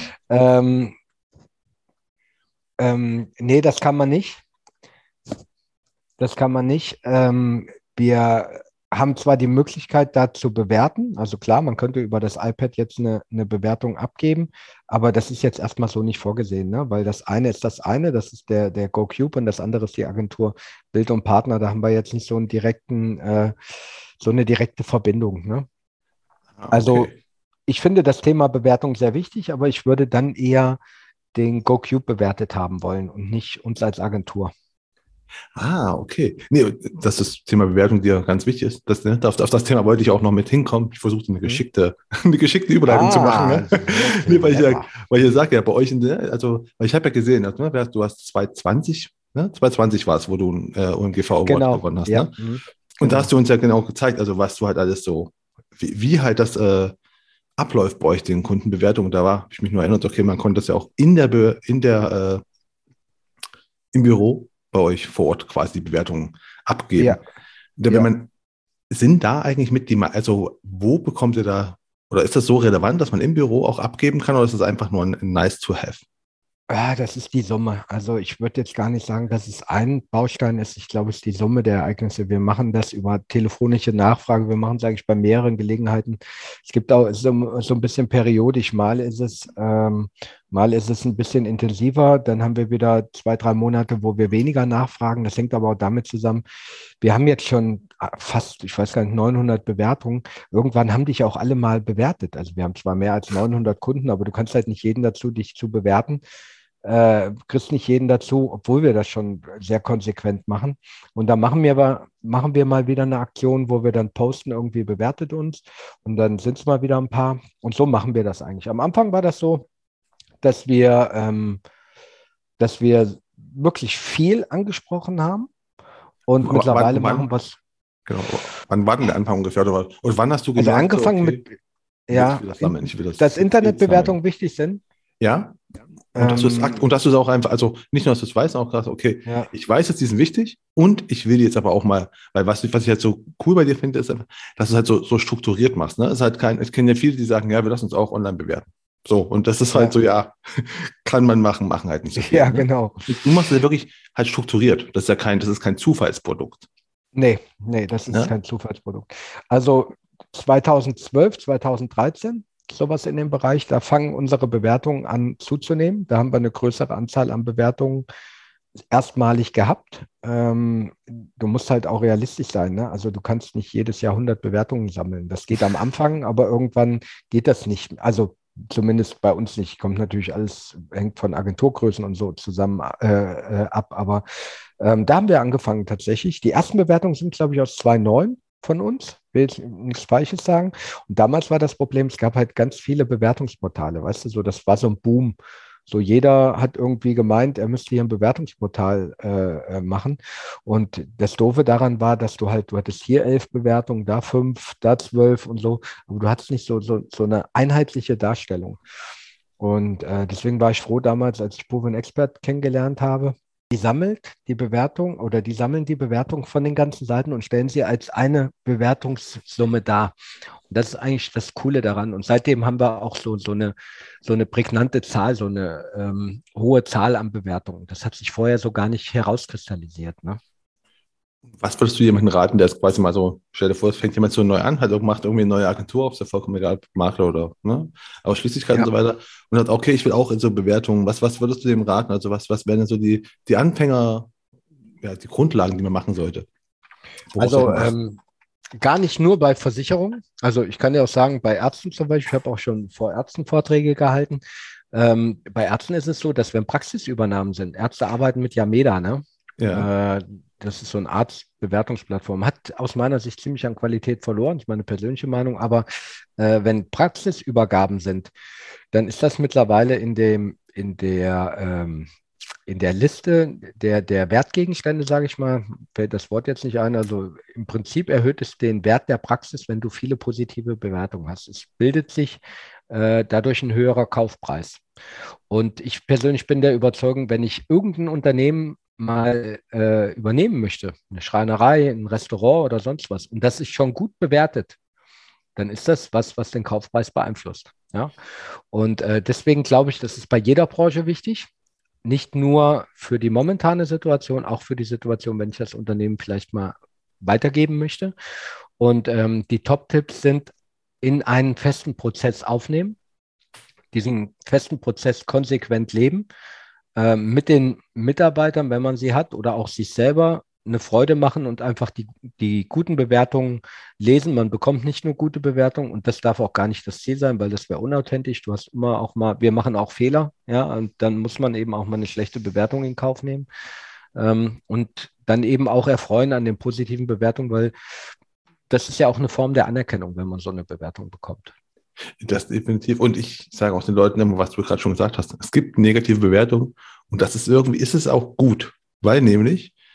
A: Ähm, ähm, nee, das kann man nicht. Das kann man nicht. Ähm, wir haben zwar die Möglichkeit, da zu bewerten. Also klar, man könnte über das iPad jetzt eine, eine Bewertung abgeben, aber das ist jetzt erstmal so nicht vorgesehen, ne? Weil das eine ist das eine, das ist der, der GoCube und das andere ist die Agentur Bild und Partner. Da haben wir jetzt nicht so einen direkten, äh, so eine direkte Verbindung, ne?
B: Okay.
A: Also ich finde das Thema Bewertung sehr wichtig, aber ich würde dann eher den GoCube bewertet haben wollen und nicht uns als Agentur.
B: Ah, okay. Nee, dass das Thema Bewertung dir ganz wichtig ist. Das, ne, auf, auf das Thema wollte ich auch noch mit hinkommen. Ich versuchte eine geschickte, eine geschickte Überleitung ah, zu machen. Ne? Nee, weil, ich ja, weil ich ja sage, ja, bei euch, ne, also, weil ich habe ja gesehen, also, ne, du hast zwanzig zwanzig, ne, zwanzig zwanzig war es, wo du äh, O M G V Award
A: genau,
B: gewonnen hast.
A: ja.
B: Ne?
A: Mhm.
B: Und da hast du uns ja genau gezeigt, also was du halt alles so, wie, wie halt das äh, abläuft bei euch, den Kundenbewertungen. Da war, habe ich mich nur erinnert, okay, man konnte das ja auch in der, Be in der, äh, im Büro bei euch vor Ort quasi die Bewertungen abgeben.
A: Ja,
B: Da, wenn
A: ja.
B: man, sind da eigentlich mit die, also wo bekommt ihr da, oder ist das so relevant, dass man im Büro auch abgeben kann, oder ist das einfach nur ein, ein nice to have?
A: Ja, das ist die Summe. Also ich würde jetzt gar nicht sagen, dass es ein Baustein ist. Ich glaube, es ist die Summe der Ereignisse. Wir machen das über telefonische Nachfrage. Wir machen es eigentlich bei mehreren Gelegenheiten. Es gibt auch so, so ein bisschen periodisch. Mal ist es, ähm, mal ist es ein bisschen intensiver. Dann haben wir wieder zwei, drei Monate, wo wir weniger nachfragen. Das hängt aber auch damit zusammen. Wir haben jetzt schon fast, ich weiß gar nicht, neunhundert Bewertungen. Irgendwann haben dich auch alle mal bewertet. Also wir haben zwar mehr als neunhundert Kunden, aber du kannst halt nicht jeden dazu, dich zu bewerten. Äh, kriegst nicht jeden dazu, obwohl wir das schon sehr konsequent machen. Und da machen wir, aber, machen wir mal wieder eine Aktion, wo wir dann posten, irgendwie bewertet uns und dann sind es mal wieder ein paar. Und so machen wir das eigentlich. Am Anfang war das so, dass wir, ähm, dass wir wirklich viel angesprochen haben und
B: Aber
A: mittlerweile
B: wann,
A: machen
B: wann,
A: wir es.
B: genau, wann war denn der Anfang ungefähr? Oder, und wann hast du
A: Also
B: gemerkt, so,
A: angefangen
B: okay,
A: mit,
B: ich
A: ja,
B: will das
A: in,
B: sammeln, ich will das
A: dass
B: gezielt sammeln?
A: Internetbewertungen wichtig sind.
B: Ja? Und dass du es akt-
A: Ähm,
B: und dass du es auch einfach, also nicht nur, dass du es weißt, sondern auch sagst, okay,
A: ja,
B: ich weiß jetzt, die sind wichtig und ich will die jetzt aber auch mal, weil was, ich- was ich halt so cool bei dir finde, ist einfach, dass du es halt so, so strukturiert machst. Ne? Es ist halt kein, ich kenne ja viele, die sagen, ja, wir lassen uns auch online bewerten. So, und das ist halt
A: ja,
B: so, ja, kann man machen, machen halt nicht so viele.
A: ja,
B: Ne?
A: genau.
B: Du machst es ja wirklich halt strukturiert. Das ist ja kein, das ist kein Zufallsprodukt.
A: Nee, nee, das ist
B: Ne?
A: kein Zufallsprodukt. Also zweitausendzwölf, zweitausenddreizehn, sowas in dem Bereich, da fangen unsere Bewertungen an zuzunehmen. Da haben wir eine größere Anzahl an Bewertungen erstmalig gehabt. Ähm, du musst halt auch realistisch sein, ne? Also du kannst nicht jedes Jahr hundert Bewertungen sammeln. Das geht am Anfang, aber irgendwann geht das nicht. Also zumindest bei uns nicht. Kommt natürlich alles, hängt von Agenturgrößen und so zusammen äh, äh, ab. Aber ähm, da haben wir angefangen tatsächlich. Die ersten Bewertungen sind, glaube ich, aus zweitausendneun von uns. Will jetzt nichts Falsches sagen. Und damals war das Problem, es gab halt ganz viele Bewertungsportale, weißt du, so, das war so ein Boom. So jeder hat irgendwie gemeint, er müsste hier ein Bewertungsportal äh, äh, machen. Und das Doofe daran war, dass du halt, du hattest hier elf Bewertungen, da fünf, da zwölf und so, aber du hattest nicht so, so, so eine einheitliche Darstellung. Und äh, deswegen war ich froh damals, als ich Proven Expert kennengelernt habe. Die sammelt die Bewertung oder die sammeln die Bewertung von den ganzen Seiten und stellen sie als eine Bewertungssumme dar. Und das ist eigentlich das Coole daran. Und seitdem haben wir auch so, so, eine, so eine prägnante Zahl, so eine ähm, hohe Zahl an Bewertungen. Das hat sich vorher so gar nicht herauskristallisiert. Ne?
B: Was würdest du jemandem raten, der es quasi mal so, stell dir vor, es fängt jemand so neu an, hat, macht irgendwie eine neue Agentur auf, ist ja vollkommen egal, Makler oder ne, Ausschließlichkeit und
A: Ja,
B: so weiter und sagt, okay, ich will auch in so Bewertungen, was, was würdest du dem raten? Also was, was wären denn so die, die Anfänger, ja, die Grundlagen, die man machen sollte? Worauf sollte
A: also
B: man achten?
A: ähm, gar nicht nur bei Versicherungen. Also ich kann ja auch sagen, bei Ärzten zum Beispiel, ich habe auch schon vor Ärzten Vorträge gehalten. Ähm, bei Ärzten ist es so, dass wenn Praxisübernahmen sind, Ärzte arbeiten mit Yameda, ne?
B: Ja.
A: Äh, das ist so eine Arztbewertungsplattform, hat aus meiner Sicht ziemlich an Qualität verloren, das ist meine persönliche Meinung, aber äh, wenn Praxisübergaben sind, dann ist das mittlerweile in dem, in der, ähm, in der Liste der, der Wertgegenstände, sage ich mal, fällt das Wort jetzt nicht ein. Also im Prinzip erhöht es den Wert der Praxis, wenn du viele positive Bewertungen hast. Es bildet sich äh, dadurch ein höherer Kaufpreis. Und ich persönlich bin der Überzeugung, wenn ich irgendein Unternehmen mal äh, übernehmen möchte, eine Schreinerei, ein Restaurant oder sonst was, und das ist schon gut bewertet, dann ist das was, was den Kaufpreis beeinflusst. Ja? Und äh, deswegen glaube ich, das ist bei jeder Branche wichtig. Nicht nur für die momentane Situation, auch für die Situation, wenn ich das Unternehmen vielleicht mal weitergeben möchte. Und ähm, die Top-Tipps sind, in einen festen Prozess aufnehmen, diesen festen Prozess konsequent leben, äh, mit den Mitarbeitern, wenn man sie hat, oder auch sich selber eine Freude machen und einfach die, die guten Bewertungen lesen. Man bekommt nicht nur gute Bewertungen und das darf auch gar nicht das Ziel sein, weil das wäre unauthentisch. Du hast immer auch mal, wir machen auch Fehler, ja, und dann muss man eben auch mal eine schlechte Bewertung in Kauf nehmen ähm, und dann eben auch erfreuen an den positiven Bewertungen, weil das ist ja auch eine Form der Anerkennung, wenn man so eine Bewertung bekommt.
B: Das definitiv. Und ich sage auch den Leuten immer, was du gerade schon gesagt hast. Es gibt negative Bewertungen und das ist irgendwie, ist es auch gut, weil nämlich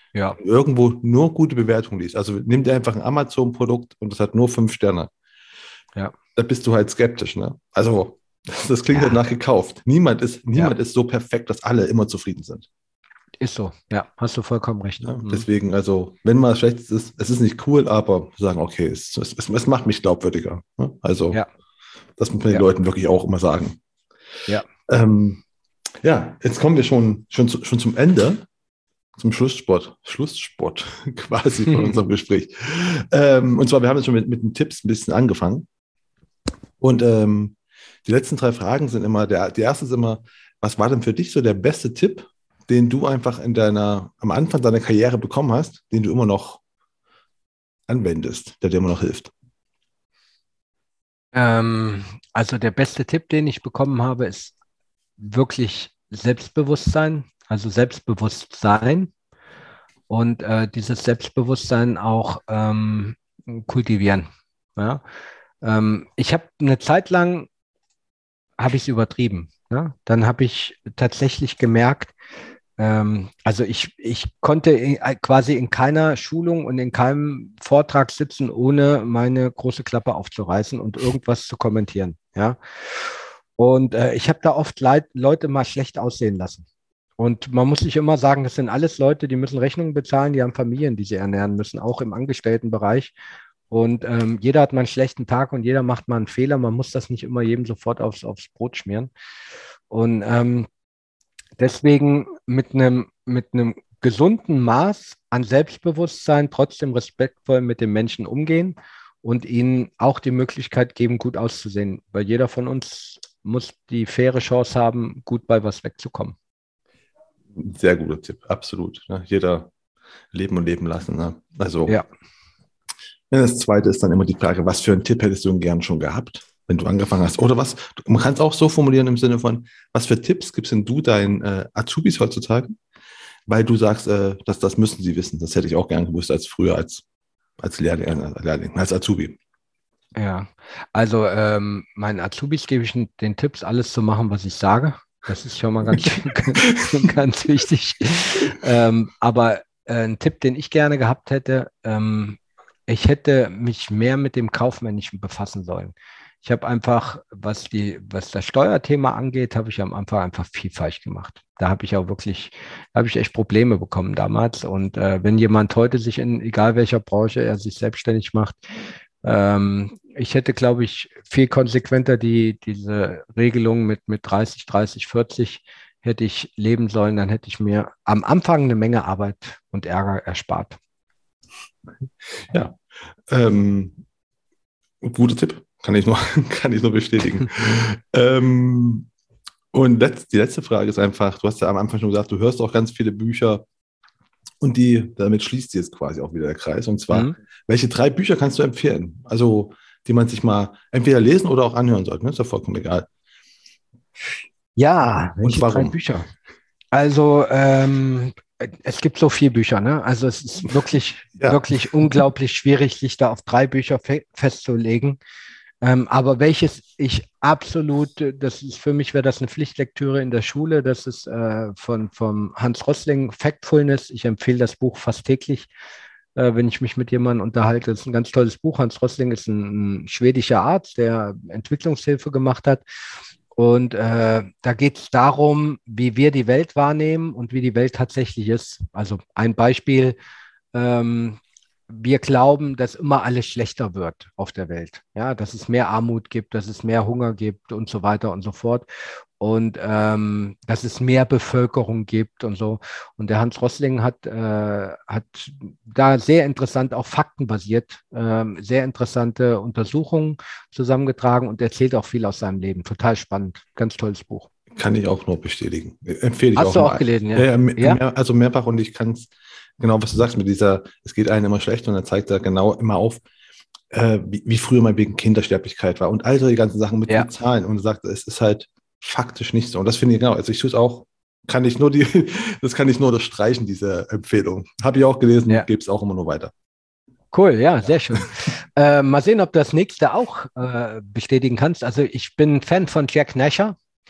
A: Ja.
B: Irgendwo nur gute Bewertungen liest. Also nimm dir einfach ein Amazon-Produkt und das hat nur fünf Sterne.
A: Ja.
B: Da bist du halt skeptisch, ne? Also, das, das klingt
A: Ja.
B: halt nach gekauft. Niemand ist, niemand
A: Ja.
B: ist so perfekt, dass alle immer zufrieden sind.
A: Ist so. Ja, hast du vollkommen recht.
B: Ja,
A: Mhm.
B: deswegen, also, wenn mal schlecht ist, es ist nicht cool, aber sagen, okay, es, es, es, es macht mich glaubwürdiger. Ne? Also,
A: Ja.
B: das muss man den
A: Ja.
B: Leuten wirklich auch immer sagen.
A: Ja.
B: Ähm, ja, jetzt kommen wir schon, schon, zu, schon zum Ende, zum Schlusssport, Schlusssport quasi von unserem Gespräch. Ähm, und zwar, wir haben jetzt schon mit, mit den Tipps ein bisschen angefangen. Und ähm, die letzten drei Fragen sind immer, der, die erste ist immer, was war denn für dich so der beste Tipp, den du einfach in deiner, am Anfang deiner Karriere bekommen hast, den du immer noch anwendest, der dir immer noch hilft?
A: Ähm, also der beste Tipp, den ich bekommen habe, ist wirklich Selbstbewusstsein, also Selbstbewusstsein und äh, dieses Selbstbewusstsein auch ähm, kultivieren. Ja? Ähm, ich habe eine Zeit lang, habe ich es übertrieben. Ja? Dann habe ich tatsächlich gemerkt, ähm, also ich, ich konnte in, äh, quasi in keiner Schulung und in keinem Vortrag sitzen, ohne meine große Klappe aufzureißen und irgendwas zu kommentieren. Ja? Und äh, ich habe da oft Leid, Leute mal schlecht aussehen lassen. Und man muss sich immer sagen, das sind alles Leute, die müssen Rechnungen bezahlen, die haben Familien, die sie ernähren müssen, auch im Angestelltenbereich. Und ähm, jeder hat mal einen schlechten Tag und jeder macht mal einen Fehler. Man muss das nicht immer jedem sofort aufs, aufs Brot schmieren. Und ähm, deswegen mit einem, mit einem gesunden Maß an Selbstbewusstsein trotzdem respektvoll mit den Menschen umgehen und ihnen auch die Möglichkeit geben, gut auszusehen. Weil jeder von uns muss die faire Chance haben, gut bei was wegzukommen.
B: Sehr guter Tipp, absolut. Ne? Jeder leben und leben lassen. Ne? Also,
A: Ja.
B: das zweite ist dann immer die Frage, was für einen Tipp hättest du denn gern schon gehabt, wenn du angefangen hast? Oder was, man kann es auch so formulieren im Sinne von, was für Tipps gibst denn du deinen äh, Azubis heutzutage? Weil du sagst, äh, dass das müssen sie wissen. Das hätte ich auch gern gewusst als früher, als, als Lehrling, äh, Lehrling, als Azubi.
A: Ja, also ähm, meinen Azubis gebe ich den Tipps, alles zu machen, was ich sage. Das ist schon mal ganz, ganz wichtig. Ähm, aber äh, ein Tipp, den ich gerne gehabt hätte, ähm, ich hätte mich mehr mit dem Kaufmännischen befassen sollen. Ich habe einfach, was die, was das Steuerthema angeht, habe ich am Anfang einfach viel falsch gemacht. Da habe ich auch wirklich, da habe ich echt Probleme bekommen damals. Und äh, wenn jemand heute sich in egal welcher Branche er sich selbstständig macht, ähm, ich hätte, glaube ich, viel konsequenter die, diese Regelung mit, mit dreißig, dreißig, vierzig hätte ich leben sollen, dann hätte ich mir am Anfang eine Menge Arbeit und Ärger erspart.
B: Ja, ähm, guter Tipp, kann ich nur, kann ich nur bestätigen. ähm, und letzt, die letzte Frage ist einfach, du hast ja am Anfang schon gesagt, du hörst auch ganz viele Bücher und die, damit schließt sich jetzt quasi auch wieder der Kreis. Und zwar,
A: Mhm.
B: welche drei Bücher kannst du empfehlen? Also, die man sich mal entweder lesen oder auch anhören sollte, ne? Ist ja vollkommen egal.
A: Ja,
B: Und
A: welche drei
B: warum?
A: Bücher? Also, ähm, es gibt so viele Bücher, ne? Also es ist wirklich,
B: Ja,
A: wirklich unglaublich schwierig, sich da auf drei Bücher fe festzulegen. Ähm, aber welches ich absolut, äh, das ist für mich wäre das eine Pflichtlektüre in der Schule. Das ist äh, von vom Hans Rosling, Factfulness. Ich empfehle das Buch fast täglich, äh, wenn ich mich mit jemandem unterhalte. Das ist ein ganz tolles Buch. Hans Rosling ist ein, ein schwedischer Arzt, der Entwicklungshilfe gemacht hat. Und äh, da geht es darum, wie wir die Welt wahrnehmen und wie die Welt tatsächlich ist. Also ein Beispiel, ähm, wir glauben, dass immer alles schlechter wird auf der Welt. Ja, dass es mehr Armut gibt, dass es mehr Hunger gibt und so weiter und so fort. Und ähm, dass es mehr Bevölkerung gibt und so. Und der Hans Rosling hat, äh, hat da sehr interessant, auch faktenbasiert, äh, sehr interessante Untersuchungen zusammengetragen und erzählt auch viel aus seinem Leben. Total spannend. Ganz tolles Buch.
B: kann ich auch nur bestätigen. Empfehle ich
A: Hast
B: auch
A: du auch
B: nur.
A: gelesen,
B: Ja,
A: ja?
B: ja,
A: Ja?
B: mehr, also mehrfach und ich kann es, genau was du sagst mit dieser, es geht einem immer schlecht und dann zeigt er genau immer auf, äh, wie, wie früher mal wegen Kindersterblichkeit war und all solche ganzen Sachen mit,
A: Ja.
B: mit Zahlen und er sagt, es ist halt faktisch nicht so. Und das finde ich genau, also ich tue es auch, kann ich nur die, das kann ich nur unterstreichen, diese Empfehlung. Habe ich auch gelesen,
A: Ja.
B: gebe es auch immer nur weiter.
A: Cool, ja, sehr schön. Äh, mal sehen, ob du das nächste auch äh, bestätigen kannst. Also ich bin Fan von Jack Nasher.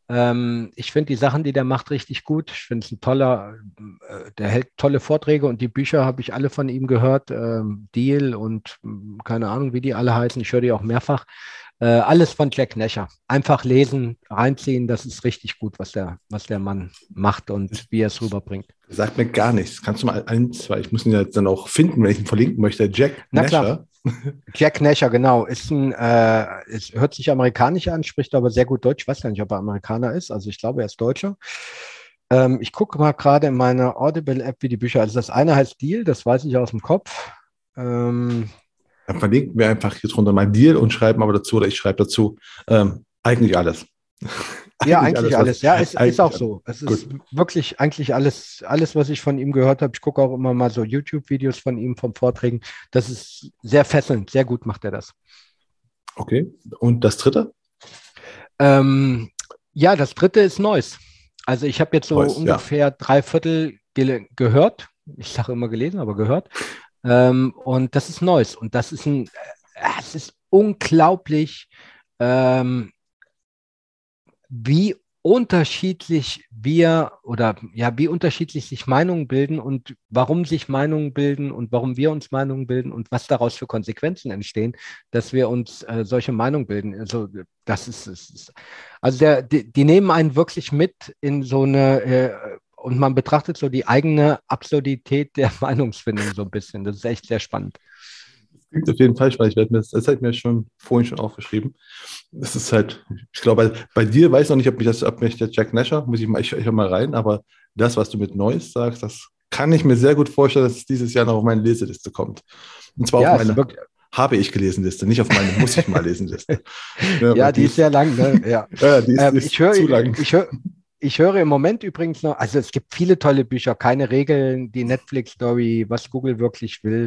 A: Ähm, ich finde die Sachen, die der macht, richtig gut. Ich finde es ein toller, äh, der hält tolle Vorträge und die Bücher habe ich alle von ihm gehört. Ähm, Deal und mh, keine Ahnung, wie die alle heißen. Ich höre die auch mehrfach. Äh, alles von Jack Nasher. Einfach lesen, reinziehen, das ist richtig gut, was der, was der Mann macht und wie er es rüberbringt.
B: Sagt mir gar nichts. Kannst du mal ein, zwei, ich muss ihn jetzt dann auch finden, wenn ich ihn verlinken möchte. Jack
A: Na
B: Nasher.
A: klar. Jack Nasher, genau. Ist ein, äh, es hört sich amerikanisch an, spricht aber sehr gut Deutsch. Ich weiß gar nicht, ob er Amerikaner ist. Also ich glaube, er ist Deutscher. Ähm, ich gucke mal gerade in meiner Audible-App, wie die Bücher. Also das eine heißt Deal, das weiß ich aus dem Kopf. Ähm,
B: Dann verlinken wir einfach hier drunter mein Deal und schreiben aber dazu, oder ich schreibe dazu, ähm, eigentlich alles.
A: Ja, eigentlich alles.
B: Was,
A: Ja, es
B: eigentlich
A: ist auch
B: alles.
A: so. Es ist
B: Gut.
A: wirklich eigentlich alles, alles, was ich von ihm gehört habe. Ich gucke auch immer mal so YouTube-Videos von ihm, vom Vorträgen. Das ist sehr fesselnd. Sehr gut macht er das.
B: Okay. Und das dritte?
A: Ähm, ja, das dritte ist Neues. Also ich habe jetzt so
B: Neues, ja.
A: ungefähr drei Viertel ge gehört. Ich sage immer gelesen, aber gehört. Ähm, und das ist Neues. Und das ist ein, äh, es ist unglaublich, ähm, wie unterschiedlich wir oder ja, wie unterschiedlich sich Meinungen bilden und warum sich Meinungen bilden und warum wir uns Meinungen bilden und was daraus für Konsequenzen entstehen, dass wir uns äh, solche Meinungen bilden. Also das ist, ist also der, die, die nehmen einen wirklich mit in so eine äh, und man betrachtet so die eigene Absurdität der Meinungsfindung so ein bisschen. Das ist echt sehr spannend.
B: Klingt auf jeden Fall spannend. Ich werde mir das, das habe ich mir schon vorhin schon aufgeschrieben. Das ist halt, ich glaube, bei, bei dir weiß ich noch nicht, ob mich das, ob mich der Jack Nasher, muss ich mal, ich, ich höre mal rein, aber das, was du mit Neues sagst, das kann ich mir sehr gut vorstellen, dass es dieses Jahr noch auf meine Leseliste kommt. Und zwar
A: Ja,
B: auf
A: es
B: meine
A: wirkt,
B: habe ich gelesen Liste, nicht auf meine muss ich mal lesen Liste. Ja, weil
A: ja, die ist sehr lang, ne? Ja.
B: ja, die ist,
A: Ähm,
B: die
A: ich
B: ist
A: höre,
B: zu lang.
A: ich höre, ich höre im Moment übrigens noch, also es gibt viele tolle Bücher, keine Regeln, die Netflix-Story, was Google wirklich will,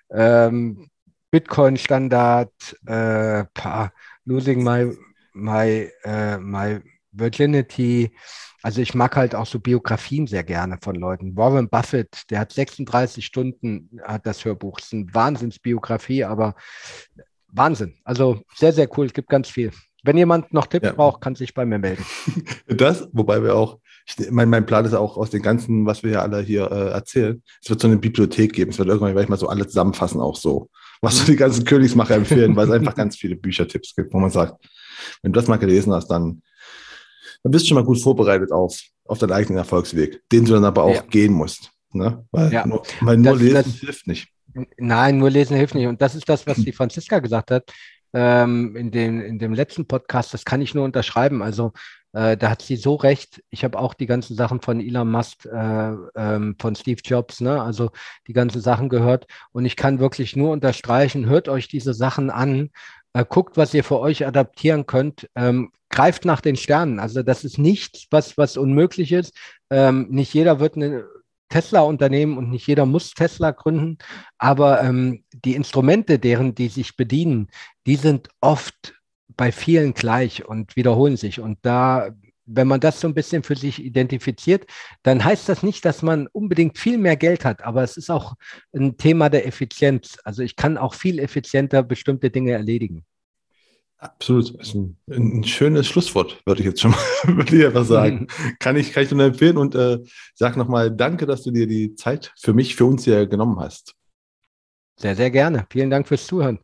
A: ähm, Bitcoin-Standard, äh, pah, Losing My, my, äh, my Virginity. Also ich mag halt auch so Biografien sehr gerne von Leuten. Warren Buffett, der hat sechsunddreißig Stunden, hat das Hörbuch. Das ist eine Wahnsinnsbiografie, aber Wahnsinn. Also sehr, sehr cool. Es gibt ganz viel. Wenn jemand noch Tipps
B: Ja.
A: braucht, kann sich bei mir melden.
B: Das, wobei wir auch, ich, mein, mein Plan ist auch aus den ganzen, was wir ja alle hier äh, erzählen, es wird so eine Bibliothek geben. Es wird irgendwann, werde ich mal so alle zusammenfassen, auch so, was so die ganzen Königsmacher empfehlen, weil es einfach ganz viele Büchertipps gibt, wo man sagt, wenn du das mal gelesen hast, dann, dann bist du schon mal gut vorbereitet auf, auf deinen eigenen Erfolgsweg, den du dann aber auch
A: Ja.
B: gehen musst. Ne? Weil,
A: Ja.
B: nur, weil nur
A: Das,
B: lesen
A: das,
B: hilft nicht.
A: nein, nur lesen hilft nicht. Und das ist das, was die Franziska gesagt hat ähm, in, dem, in dem letzten Podcast. Das kann ich nur unterschreiben. Also äh, da hat sie so recht. Ich habe auch die ganzen Sachen von Elon Musk, äh, ähm, von Steve Jobs, ne? Also die ganzen Sachen gehört. Und ich kann wirklich nur unterstreichen, hört euch diese Sachen an. Äh, guckt, was ihr für euch adaptieren könnt. Ähm, greift nach den Sternen. Also das ist nichts, was, was unmöglich ist. Ähm, nicht jeder wird eine Tesla-Unternehmen und nicht jeder muss Tesla gründen, aber ähm, die Instrumente, deren die sich bedienen, die sind oft bei vielen gleich und wiederholen sich. Und da, wenn man das so ein bisschen für sich identifiziert, dann heißt das nicht, dass man unbedingt viel mehr Geld hat, aber es ist auch ein Thema der Effizienz. Also ich kann auch viel effizienter bestimmte Dinge erledigen.
B: Absolut. Das ist ein, ein schönes Schlusswort, würde ich jetzt schon mal würde ich einfach sagen. Kann ich, kann ich nur empfehlen und äh, sag nochmal danke, dass du dir die Zeit für mich, für uns hier genommen hast.
A: Sehr, sehr gerne. Vielen Dank fürs Zuhören.